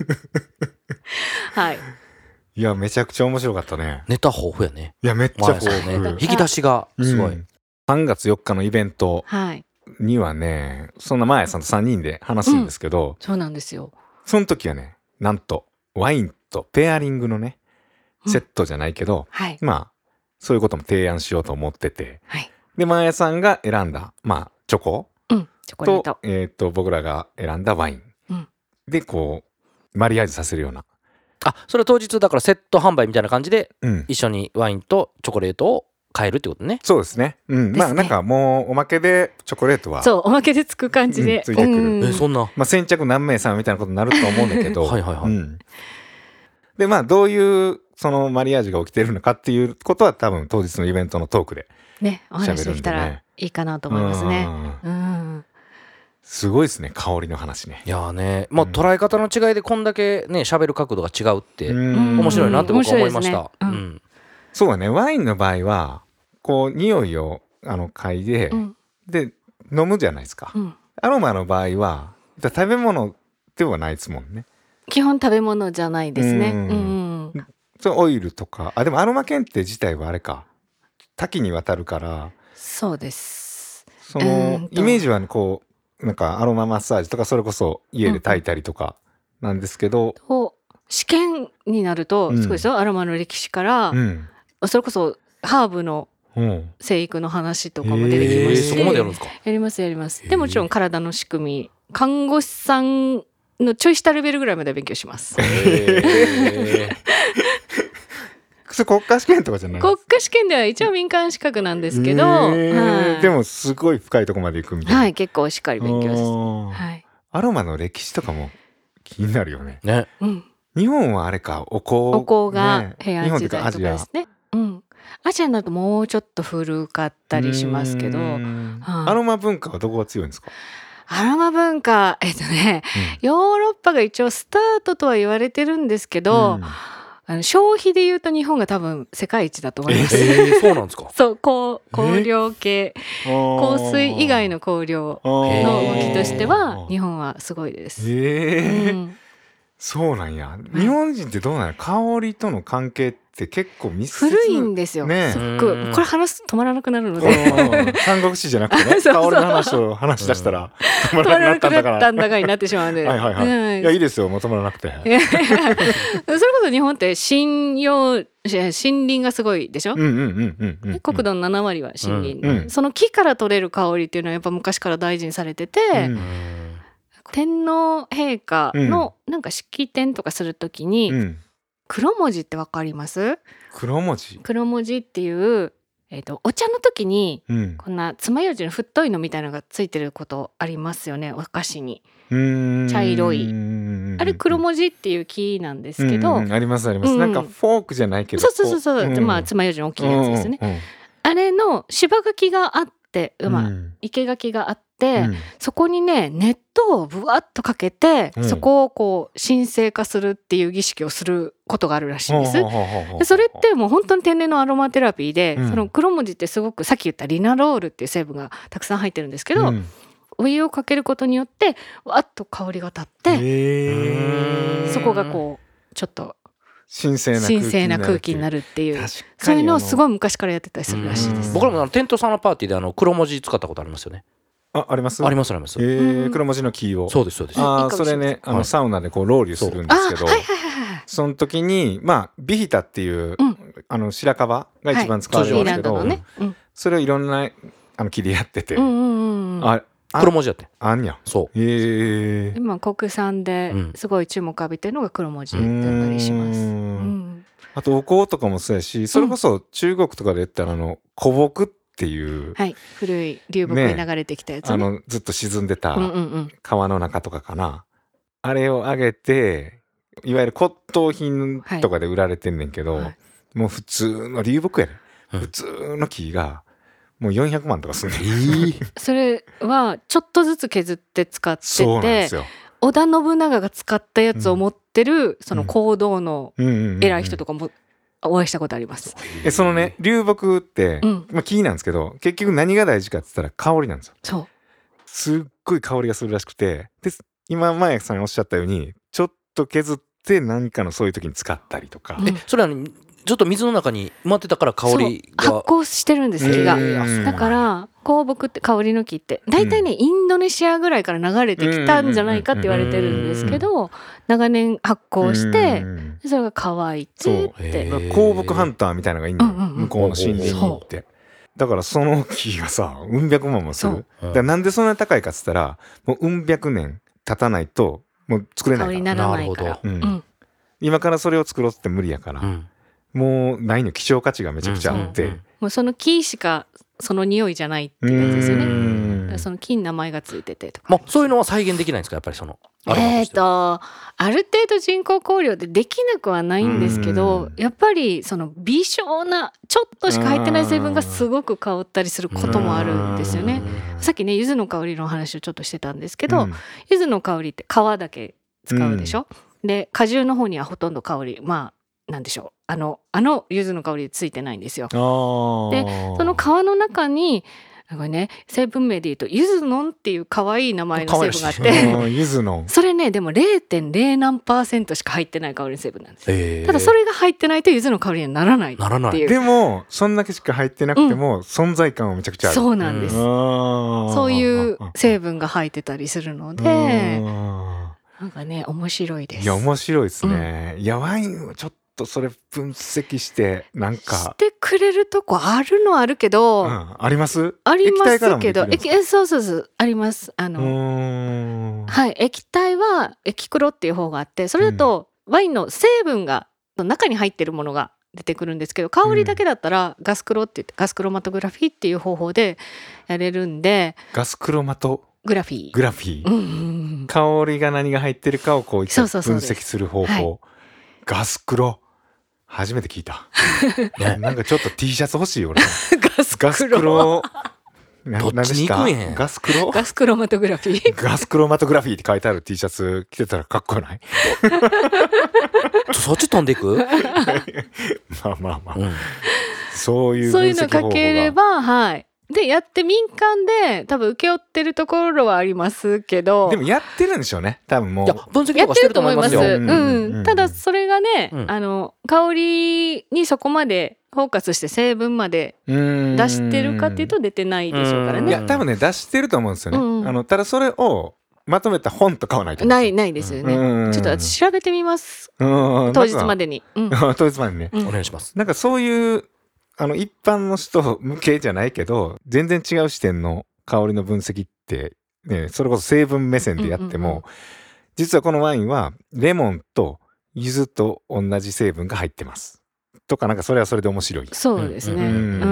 [SPEAKER 3] はい
[SPEAKER 1] いやめちゃくちゃ面白かったね。
[SPEAKER 2] ネタ豊富やね。
[SPEAKER 1] いやめっちゃ豊富、
[SPEAKER 2] ね、引き出しがすごい、うん、
[SPEAKER 1] さんがつよっかのイベントにはね、そんなマーヤさんとさんにんで話すんですけど、うん、
[SPEAKER 3] そうなんですよ。
[SPEAKER 1] その時はねなんとワインとペアリングのねセットじゃないけど、うんはい、まあそういうことも提案しようと思ってて、はい、でマーヤさんが選んだまあチョコ、うん、チョコレートと、えー、と僕らが選んだワイン、うん、でこうマリアージュさせるような
[SPEAKER 2] あそれ当日だからセット販売みたいな感じで、うん、一緒にワインとチョコレートを買えるってことね。
[SPEAKER 1] そうですね、うん、まあなんかもうおまけでチョコレートは
[SPEAKER 3] そうおまけでつく感じで、うん、
[SPEAKER 1] ついてくる、
[SPEAKER 3] うん、
[SPEAKER 2] えそんな、
[SPEAKER 1] まあ、先着何名さんみたいなことになると思うんだけど
[SPEAKER 2] はいはいはい、うん、
[SPEAKER 1] でまあどういうそのマリアージュが起きてるのかっていうことは多分当日のイベントのトークで
[SPEAKER 3] ねお話できたらいいかなと思いますね。うん、うん
[SPEAKER 1] すごいですね香りの話ね。
[SPEAKER 2] いやーねもう捉え方の違いでこんだけね喋る角度が違うって面白いなって僕は思いました。
[SPEAKER 3] ねうん、
[SPEAKER 1] そうだねワインの場合はこう匂いをあの嗅いで、うん、で飲むじゃないですか、うん、アロマの場合は食べ物ではないですもんね。
[SPEAKER 3] 基本食べ物じゃないですね。うんうん、
[SPEAKER 1] そオイルとかあでもアロマ検定自体はあれか多岐にわたるから。
[SPEAKER 3] そうです。
[SPEAKER 1] そのイメージはこうなんかアロママッサージとかそれこそ家で炊いたりとかなんですけど、
[SPEAKER 3] うん、試験になると、うん、そうですよアロマの歴史から、うん、それこそハーブの生育の話とかも出てきますし、
[SPEAKER 2] そこまでやるんですか？
[SPEAKER 3] やりますやります。でもちろん体の仕組み看護師さんのちょい下レベルぐらいまで勉強します。
[SPEAKER 1] それ国家試験とかじゃない？
[SPEAKER 3] 国家試験では一応民間資格なんですけど、
[SPEAKER 1] はい、でもすごい深いところまで行くみたいな。
[SPEAKER 3] はい、結構しっかり勉強です、はい、
[SPEAKER 1] アロマの歴史とかも気になるよね。
[SPEAKER 2] ね、
[SPEAKER 3] うん、
[SPEAKER 1] 日本はあれかお香、
[SPEAKER 3] お香が平安時代とかですね。うん、アジアだともうちょっと古かったりしますけど、はい、
[SPEAKER 1] アロマ文化はどこが強いんですか？
[SPEAKER 3] アロマ文化、えっとね、うん、ヨーロッパが一応スタートとは言われてるんですけど、うん、あの消費でいうと日本が多分世界一だと思います。
[SPEAKER 2] えー、そうなんですか？
[SPEAKER 3] そう香料系、えー、香水以外の香料の動きとしては日本はすごいです。
[SPEAKER 1] えーうん、そうなんや。日本人ってどうなの？香りとの関係って結構密接
[SPEAKER 3] 古いんですよ、ね、すっごいこれ話すと止まらなくなるので
[SPEAKER 1] 三国志じゃなくてねそうそう香りの話を話し出したら止まらなくなったんだから
[SPEAKER 3] 止まらなくなったんだかになってしまうんではいはい、はい
[SPEAKER 1] うん、いやいいですよもう止まらなくてそれこ
[SPEAKER 3] そ日本って針葉森林がすごいでしょ。国土のななわりは森林、うんうん、その木から取れる香りっていうのはやっぱ昔から大事にされてて、うん天皇陛下のなんか式典とかするときに、うん、黒文字ってわかります？
[SPEAKER 1] 黒文字
[SPEAKER 3] 黒文字っていう、えーと、お茶の時に、うん、こんな爪楊枝の太いのみたいなのがついてることありますよねお菓子に。茶色いあれ黒文字っていう木なんですけど、
[SPEAKER 1] うんうん、ありますあります、うん、なんかフォークじゃないけど
[SPEAKER 3] そうそうそうそう、うん、まあ爪楊枝の大きいやつですね、うんうんうん、あれの柴垣があって、まあ、生垣があって、うん、そこにね熱湯をぶわっとかけて、うん、そこをこう神聖化するっていう儀式をすることがあるらしいんです。でそれってもう本当に天然のアロマテラピーで、うん、その黒文字ってすごくさっき言ったリナロールっていう成分がたくさん入ってるんですけど、うん、お湯をかけることによってわっと香りが立って、そこがこうちょっと
[SPEAKER 1] 神聖
[SPEAKER 3] な空気になるっていう、そういうのをすごい昔からやってたりするらしいです。
[SPEAKER 2] 僕らもテントサウナパーティーであの黒文字使ったことありますよね。
[SPEAKER 1] あ、あります
[SPEAKER 2] ありますあります、
[SPEAKER 1] えー、黒文字の木を
[SPEAKER 2] そうですそうです。
[SPEAKER 1] あそれねあの、はい、サウナでこうロウリュするんですけど、はいはいはい、その時にまあビヒタっていう、うん、あの白樺が一番使われるんですけど、はいねうん、それをいろんなあの木でやってて、うんうんうん、あ
[SPEAKER 2] 黒文字やって
[SPEAKER 1] あんにゃ
[SPEAKER 2] そう、
[SPEAKER 1] えー、
[SPEAKER 3] 今国産ですごい注目浴びてるのが黒文字だったりします、うん、
[SPEAKER 1] あとお香とかもそうやし、それこそ中国とかで言ったらあの古木っていう、
[SPEAKER 3] はい、古い流木に流れてきたやつ、ね
[SPEAKER 1] ね、あのずっと沈んでた川の中とかかな、うんうんうん、あれをあげていわゆる骨董品とかで売られてんねんけど、はいはい、もう普通の流木やね、うん、普通の木がもうよんひゃくまんとかすんねん、え
[SPEAKER 3] ー、それはちょっとずつ削って使ってて、
[SPEAKER 1] そうなんですよ。
[SPEAKER 3] 織田信長が使ったやつを持ってる、うん、その香道の偉い人とかもお会いしたことあります。
[SPEAKER 1] えそのね流木って、うんまあ、木なんですけど結局何が大事かって言ったら香りなんですよ。
[SPEAKER 3] そう
[SPEAKER 1] すっごい香りがするらしくて、で今前さんおっしゃったようにちょっと削って何かのそういう時に使ったりとか、
[SPEAKER 2] うん、えそれはちょっと水の中に埋まってたから香りが
[SPEAKER 3] 発酵してるんです木が、だから香木って香りの木って大体ね、うん、インドネシアぐらいから流れてきたんじゃないかって言われてるんですけど、長年発酵してそれが乾いてって
[SPEAKER 1] 香木ハンターみたいなのがいいんだよ、うんうんうん、向こうの森林に行って。だからその木がさうん百万もする。だからなんでそんなに高いかっつったらもううん百年経たないともう作れないから。
[SPEAKER 3] 香りにならないから、
[SPEAKER 1] うんうん、今からそれを作ろうって無理やから、うん、もうないの希少価値がめちゃくちゃあって、うんうんうん、
[SPEAKER 3] もうその木しかその匂いじゃないってやつですよね。だからその木に名前がついててとか、
[SPEAKER 2] まあ、そういうのは再現できないんですかやっぱりその
[SPEAKER 3] えーとある程度人工香料でできなくはないんですけど、やっぱりその微小なちょっとしか入ってない成分がすごく香ったりすることもあるんですよね。さっきね柚子の香りの話をちょっとしてたんですけど、柚子の香りって皮だけ使うでしょ、うん、で果汁の方にはほとんど香りまあなんでしょうあのあの柚子の香りついてないんですよ。で
[SPEAKER 1] そ
[SPEAKER 3] その皮の中にこれね、成分名で言うとゆずのんっていう可愛い名前の成分があって
[SPEAKER 1] ゆずのん
[SPEAKER 3] それねでも れいてんれい 何パーセントしか入ってない香りの成分なんです、
[SPEAKER 2] えー、
[SPEAKER 3] ただそれが入ってないとゆずの香りにはならないっていう。
[SPEAKER 2] ならない。
[SPEAKER 1] でもそんだけしか入ってなくても、うん、存在感はめちゃくちゃある。
[SPEAKER 3] そうなんです、うん、そういう成分が入ってたりするのでなんかね面白いです。
[SPEAKER 1] いや面白いですね、うん、いやワインはちょっととそれ分析してなんか
[SPEAKER 3] してくれるとこあるのはあるけど、うん、
[SPEAKER 1] あります
[SPEAKER 3] ありますけど液そうそうそうありますあのはい液体は液黒っていう方があってそれだとワインの成分が中に入ってるものが出てくるんですけど香りだけだったらガスクロって言ってガスクロマトグラフィーっていう方法でやれるんで
[SPEAKER 1] ガスクロマト
[SPEAKER 3] グラフィー
[SPEAKER 1] グラフィー、うんうん、香りが何が入ってるかをこう一回分析する方法。そうそうそうガスクロ初めて聞いたね、なんかちょっと T シャツ欲しい俺
[SPEAKER 3] ガスクロ
[SPEAKER 1] ガスクロ
[SPEAKER 2] どっちに行くんや
[SPEAKER 1] ガスクロ
[SPEAKER 3] ガスクロマトグラフィー
[SPEAKER 1] ガスクロマトグラフィーって書いてある T シャツ着てたらかっこよない
[SPEAKER 2] そっち飛んでいく
[SPEAKER 1] まあまあまあ、うん、そういう
[SPEAKER 3] そういうの書ければはいでやって民間で多分請け負ってるところはありますけど
[SPEAKER 1] でもやってるんでしょうね多分もう
[SPEAKER 2] いや分析とかしてると思いますよ。
[SPEAKER 3] うんうんうん、ただそれがね、うん、あの香りにそこまでフォーカスして成分まで出してるかっていうと出てないでしょうからね。
[SPEAKER 1] いや多分ね出してると思うんですよね、うんうん、あのただそれをまとめた本とかはないと思う。
[SPEAKER 3] ないないですよね。ちょっと私調べてみます当日までに、うん、
[SPEAKER 1] 当日までにね、
[SPEAKER 2] うん、お願いします。
[SPEAKER 1] なんかそういうあの一般の人向けじゃないけど全然違う視点の香りの分析って、ね、それこそ成分目線でやっても、うんうんうん、実はこのワインはレモンと柚子と同じ成分が入ってますとかなんかそれはそれで面白い。
[SPEAKER 3] そうですね、うんうん、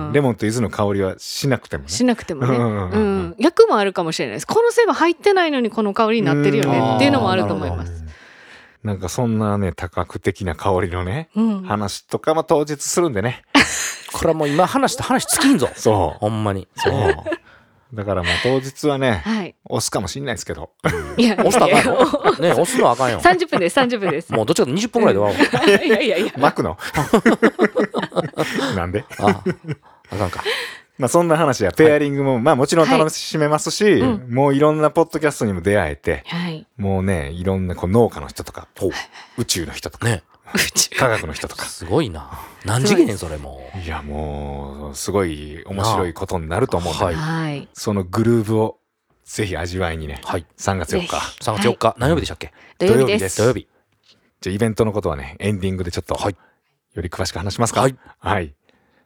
[SPEAKER 1] レモンと柚子の香りはしなくてもね
[SPEAKER 3] しなくてもね、うんうん、逆もあるかもしれないです。この成分入ってないのにこの香りになってるよねっていうのもあると思います。
[SPEAKER 1] なんかそんなね多角的な香りのね、うん、話とかも当日するんでね
[SPEAKER 2] これはもう今話した話尽きんぞ。
[SPEAKER 1] そう
[SPEAKER 2] ほんまに
[SPEAKER 1] そうだからまあ当日はね、はい、押すかもしんないですけど
[SPEAKER 2] いや押すとあかんよね押すのはあかんよ。
[SPEAKER 3] さんじゅっぷんですさんじゅっぷんです
[SPEAKER 2] もうどっちかとにじゅっぷんぐらいで終わ
[SPEAKER 3] るいやいやいや
[SPEAKER 1] 巻くのなんで
[SPEAKER 2] ああかんか
[SPEAKER 1] まあそんな話やペアリングも、はい、まあもちろん楽しめますし、はいうん、もういろんなポッドキャストにも出会えて、はい、もうねいろんなこう農家の人とか、はい、宇宙の人とか、ね、科学の人とか
[SPEAKER 2] すごいな何次元それも
[SPEAKER 1] いやもうすごい面白いことになると思うんで、
[SPEAKER 3] はい、
[SPEAKER 1] そのグルーヴをぜひ味わいにね、はい、さんがつよっか
[SPEAKER 2] さんがつよっか、はい、何曜日でしたっけ。
[SPEAKER 3] 土曜日です
[SPEAKER 2] 土曜日。
[SPEAKER 1] じゃあイベントのことはねエンディングでちょっと、はい、より詳しく話しますか。
[SPEAKER 2] はい、
[SPEAKER 1] はい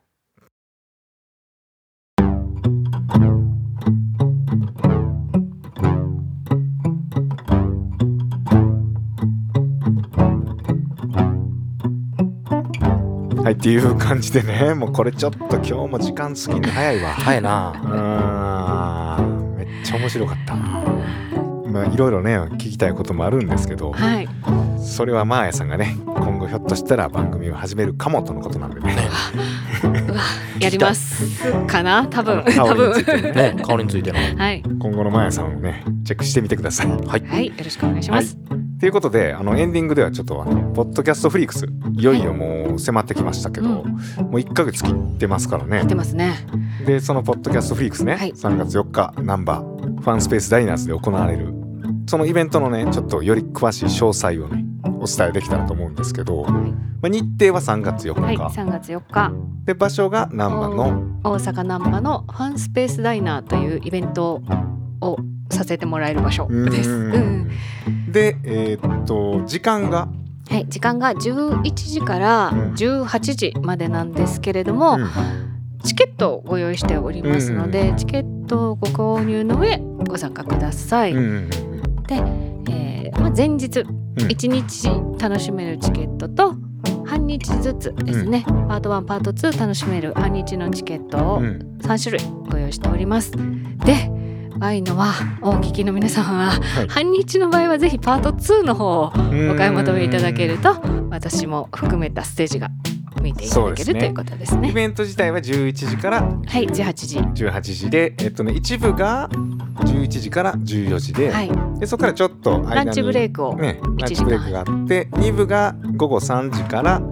[SPEAKER 1] はいっていう感じでねもうこれちょっと今日も時間過ぎに早いわ。
[SPEAKER 2] 早いな
[SPEAKER 1] あめっちゃ面白かった。まあいろいろね聞きたいこともあるんですけど、
[SPEAKER 3] はい、
[SPEAKER 1] それはマーヤさんがね今後ひょっとしたら番組を始めるかもとのことなんでね
[SPEAKER 3] うわやりますかな多分多分
[SPEAKER 2] ね香りについての、
[SPEAKER 3] はい、
[SPEAKER 1] 今後のマーヤさんをねチェックしてみてください。
[SPEAKER 2] はい、
[SPEAKER 3] はい、よろしくお願いします。
[SPEAKER 1] はいということであのエンディングではちょっとあのポッドキャストフリークスいよいよもう迫ってきましたけど、うん、もういっかげつ切ってますからね。
[SPEAKER 3] 切ってますね。
[SPEAKER 1] でそのポッドキャストフリークスね、はい、さんがつよっかナンバーファンスペースダイナーズで行われるそのイベントのねちょっとより詳しい詳細をねお伝えできたらと思うんですけど、はいまあ、日程はさんがつよっか、
[SPEAKER 3] はい、さんがつよっか
[SPEAKER 1] で場所が難波の
[SPEAKER 3] 大阪難波のファンスペースダイナーというイベントをさせてもらえる場所です。うん、
[SPEAKER 1] で、えー、っと時間が
[SPEAKER 3] はい時間がじゅういちじからじゅうはちじまでなんですけれども、うん、チケットをご用意しておりますので、うん、チケットをご購入の上ご参加ください。うん、で、えーまあ、前日いちにち楽しめるチケットと半日ずつですね、うん、パートワンパートツー楽しめる半日のチケットをさんしゅるいご用意しております。でワインのはお聞きの皆さんは、はい、半日の場合はぜひパートツーの方をお買い求めいただけると私も含めたステージが見ていただける、ね、ということですね。
[SPEAKER 1] イベント自体はじゅういちじから
[SPEAKER 3] はいじゅうはちじ
[SPEAKER 1] じゅうはちじで、えっとね、一部がじゅういちじからじゅうよじで、はい、でそこからちょっと間に、
[SPEAKER 3] ランチブレイクを
[SPEAKER 1] ね、ランチブレイクがあってに部がごごさんじから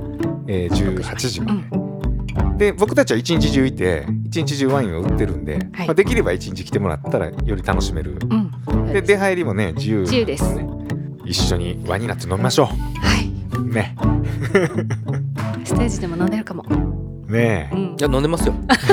[SPEAKER 1] えー、じゅうはちじまで、うん、で僕たちは一日中いて一日中ワインを売ってるんで、はい、まあ、できれば一日来てもらったらより楽しめる、うん、で出入りもね自由、ね、
[SPEAKER 3] 自由です。
[SPEAKER 1] 一緒にワインになって飲みましょう。
[SPEAKER 3] はい
[SPEAKER 1] ね
[SPEAKER 3] ステージでも飲んでるかも
[SPEAKER 1] ねえ、
[SPEAKER 2] うん、いや飲んでますよ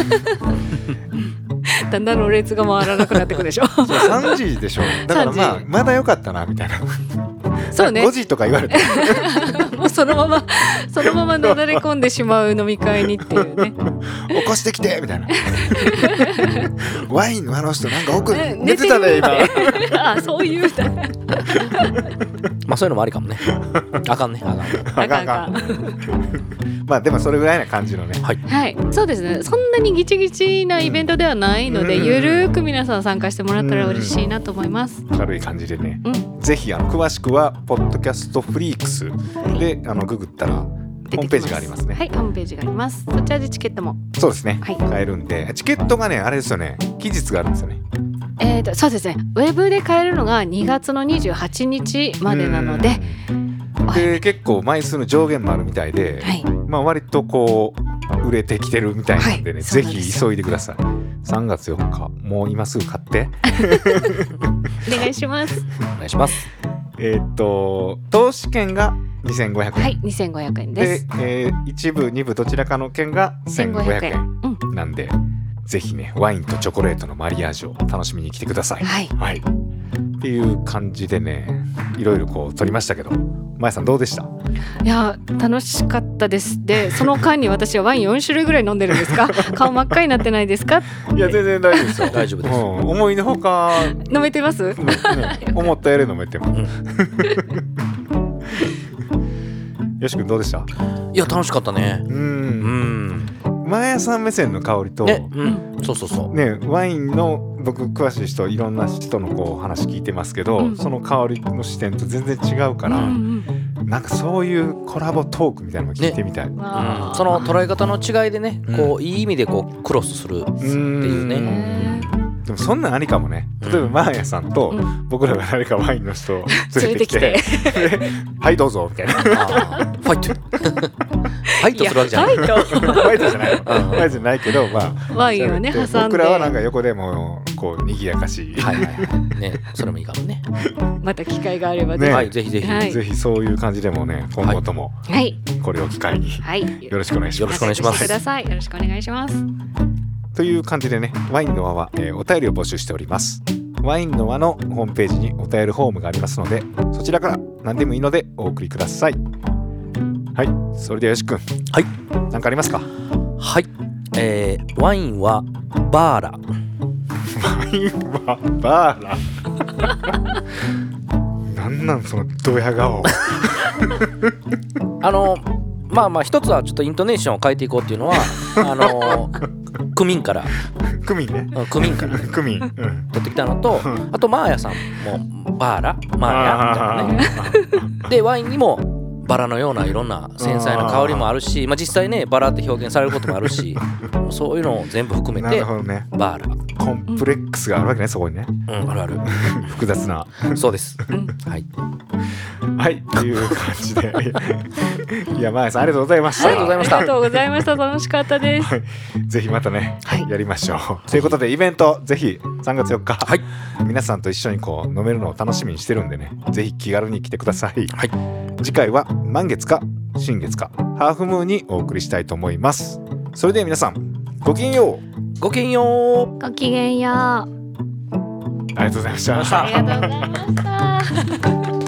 [SPEAKER 3] だんだんろれつが回らなくなってくるでしょ
[SPEAKER 1] そうさんじでしょ。だからまあまだ良かったなみたいな
[SPEAKER 3] そうね
[SPEAKER 1] ごじとか言われて
[SPEAKER 3] もうそのままそのままなだれ込んでしまう飲み会にっていうね
[SPEAKER 1] 起こしてきてみたいなワインのあの人なんか奥に寝てたね今
[SPEAKER 3] あそういうだ
[SPEAKER 2] まあそういうのもありかもねあかんねあかん
[SPEAKER 1] あかんあかんまあでもそれぐらいな感じのね、
[SPEAKER 3] はい、はい、そうですね。そんなにギチギチなイベントではないので、うん、ゆるーく皆さん参加してもらったら嬉しいなと思います。
[SPEAKER 1] うん、軽い感じでね、
[SPEAKER 3] うん、
[SPEAKER 1] ぜひあの詳しくはポッドキャストフリークスで、はい、あのググったらホームページがありますね。
[SPEAKER 3] はい、ホームページがあります。そちらでチケットも
[SPEAKER 1] そうですね、
[SPEAKER 3] はい、
[SPEAKER 1] 買えるんで、チケットがねあれですよね、期日があるんですよね。
[SPEAKER 3] えーと、そうですね。ウェブで買えるのがにがつのにじゅうはちにちまでなので、
[SPEAKER 1] で結構枚数の上限もあるみたいで、はい、まあ割とこう売れてきてるみたいなんでね、はい、ぜひ急いでください。さんがつよっかもう今すぐ買って
[SPEAKER 3] お願いします
[SPEAKER 2] お願いします。
[SPEAKER 1] えっと投資券がにせんごひゃくえん、
[SPEAKER 3] はい、にせんごひゃくえんです。
[SPEAKER 1] で、えー、いちぶにぶどちらかの券がせんごひゃくえんなんで、うん、ぜひねワインとチョコレートのマリアージュを楽しみに来てください。
[SPEAKER 3] はい、
[SPEAKER 1] はい、っていう感じでねいろいろこう撮りましたけど、まやさんどうでした？
[SPEAKER 3] いや楽しかったです。でその間に私はワインよんしゅるいぐらい飲んでるんですか？顔真っ赤になってないですか？
[SPEAKER 1] いや全然大丈夫ですよ
[SPEAKER 2] 大丈夫です、うん、
[SPEAKER 1] 思いのほか
[SPEAKER 3] 飲めてます、ね、
[SPEAKER 1] 思ったより飲めてます、うんよし君どうでした？
[SPEAKER 2] いや楽しかったね。
[SPEAKER 1] うんうんマヤさん目線の香りと、
[SPEAKER 2] ね、うん、そうそうそう
[SPEAKER 1] ね、ワインの僕詳しい人いろんな人のこう話聞いてますけど、うん、その香りの視点と全然違うから、うんうん、なんかそういうコラボトークみたいなのも聞いてみたい、ね、うん、
[SPEAKER 2] その捉え方の違いでね、うん、こういい意味でこうクロスするっていうね、うん
[SPEAKER 1] でもそんなんありかもね。例えばマーヤさんと僕らが誰かワインの人を連れてきて、はいどうぞみたいなフ
[SPEAKER 2] ァイトファイトするわけじゃない
[SPEAKER 3] ファイト
[SPEAKER 1] ファイトじゃないファイトじゃないけど、まあ
[SPEAKER 3] ワインをね挟んで
[SPEAKER 1] 僕らはなんか横でもこう賑やかしい
[SPEAKER 2] はいはいはいね、それもいいかもね。
[SPEAKER 3] また機会があればね、
[SPEAKER 2] はい、ぜひぜひ、
[SPEAKER 3] はい、
[SPEAKER 1] ぜひそういう感じでもね今後ともこれを機会によろしくお願いします。
[SPEAKER 2] よろしくお願いします。
[SPEAKER 3] ください。よろしくお願いします。
[SPEAKER 1] という感じでね、ワインの輪は、えー、お便りを募集しております。ワインの輪のホームページにお便りフォームがありますので、そちらから何でもいいのでお送りください。はい、それではよし君、
[SPEAKER 2] はい、
[SPEAKER 1] 何かありますか？
[SPEAKER 2] はい、えー、ワインはバーラ
[SPEAKER 1] ワインはバーラなんなんそのドヤ顔
[SPEAKER 2] あのまあまあ一つはちょっとイントネーションを変えていこうっていうのはあのクミンから
[SPEAKER 1] クミンね
[SPEAKER 2] クミンから、ね、
[SPEAKER 1] クミン、うん、
[SPEAKER 2] 取ってきたのと、あとマーヤさんもバーラマーヤみたいなねでワインにもバラのようないろんな繊細な香りもあるし、まあ、実際ねバラって表現されることもあるしそういうのを全部含めて、ね、バーラ
[SPEAKER 1] コンプレックスがあるわけね、そこにね、
[SPEAKER 2] うん、あるある
[SPEAKER 1] 複雑な
[SPEAKER 2] そうです、はい
[SPEAKER 1] はいという感じでいやマヤさんありがとうございました。
[SPEAKER 2] ありがとうございました
[SPEAKER 3] ありがとうございました楽しかったです、はい、
[SPEAKER 1] ぜひまたね、
[SPEAKER 3] はい、
[SPEAKER 1] やりましょうということでイベントぜひさんがつよっか、
[SPEAKER 2] はい、
[SPEAKER 1] 皆さんと一緒にこう飲めるのを楽しみにしてるんでね、ぜひ気軽に来てください、
[SPEAKER 2] はい、
[SPEAKER 1] 次回は満月か新月かハーフムーンにお送りしたいと思います。それでは皆さんごきげんよ
[SPEAKER 2] うごきげんよう
[SPEAKER 3] ごきげんよう
[SPEAKER 1] ありがとうございました。
[SPEAKER 3] ありがとうございました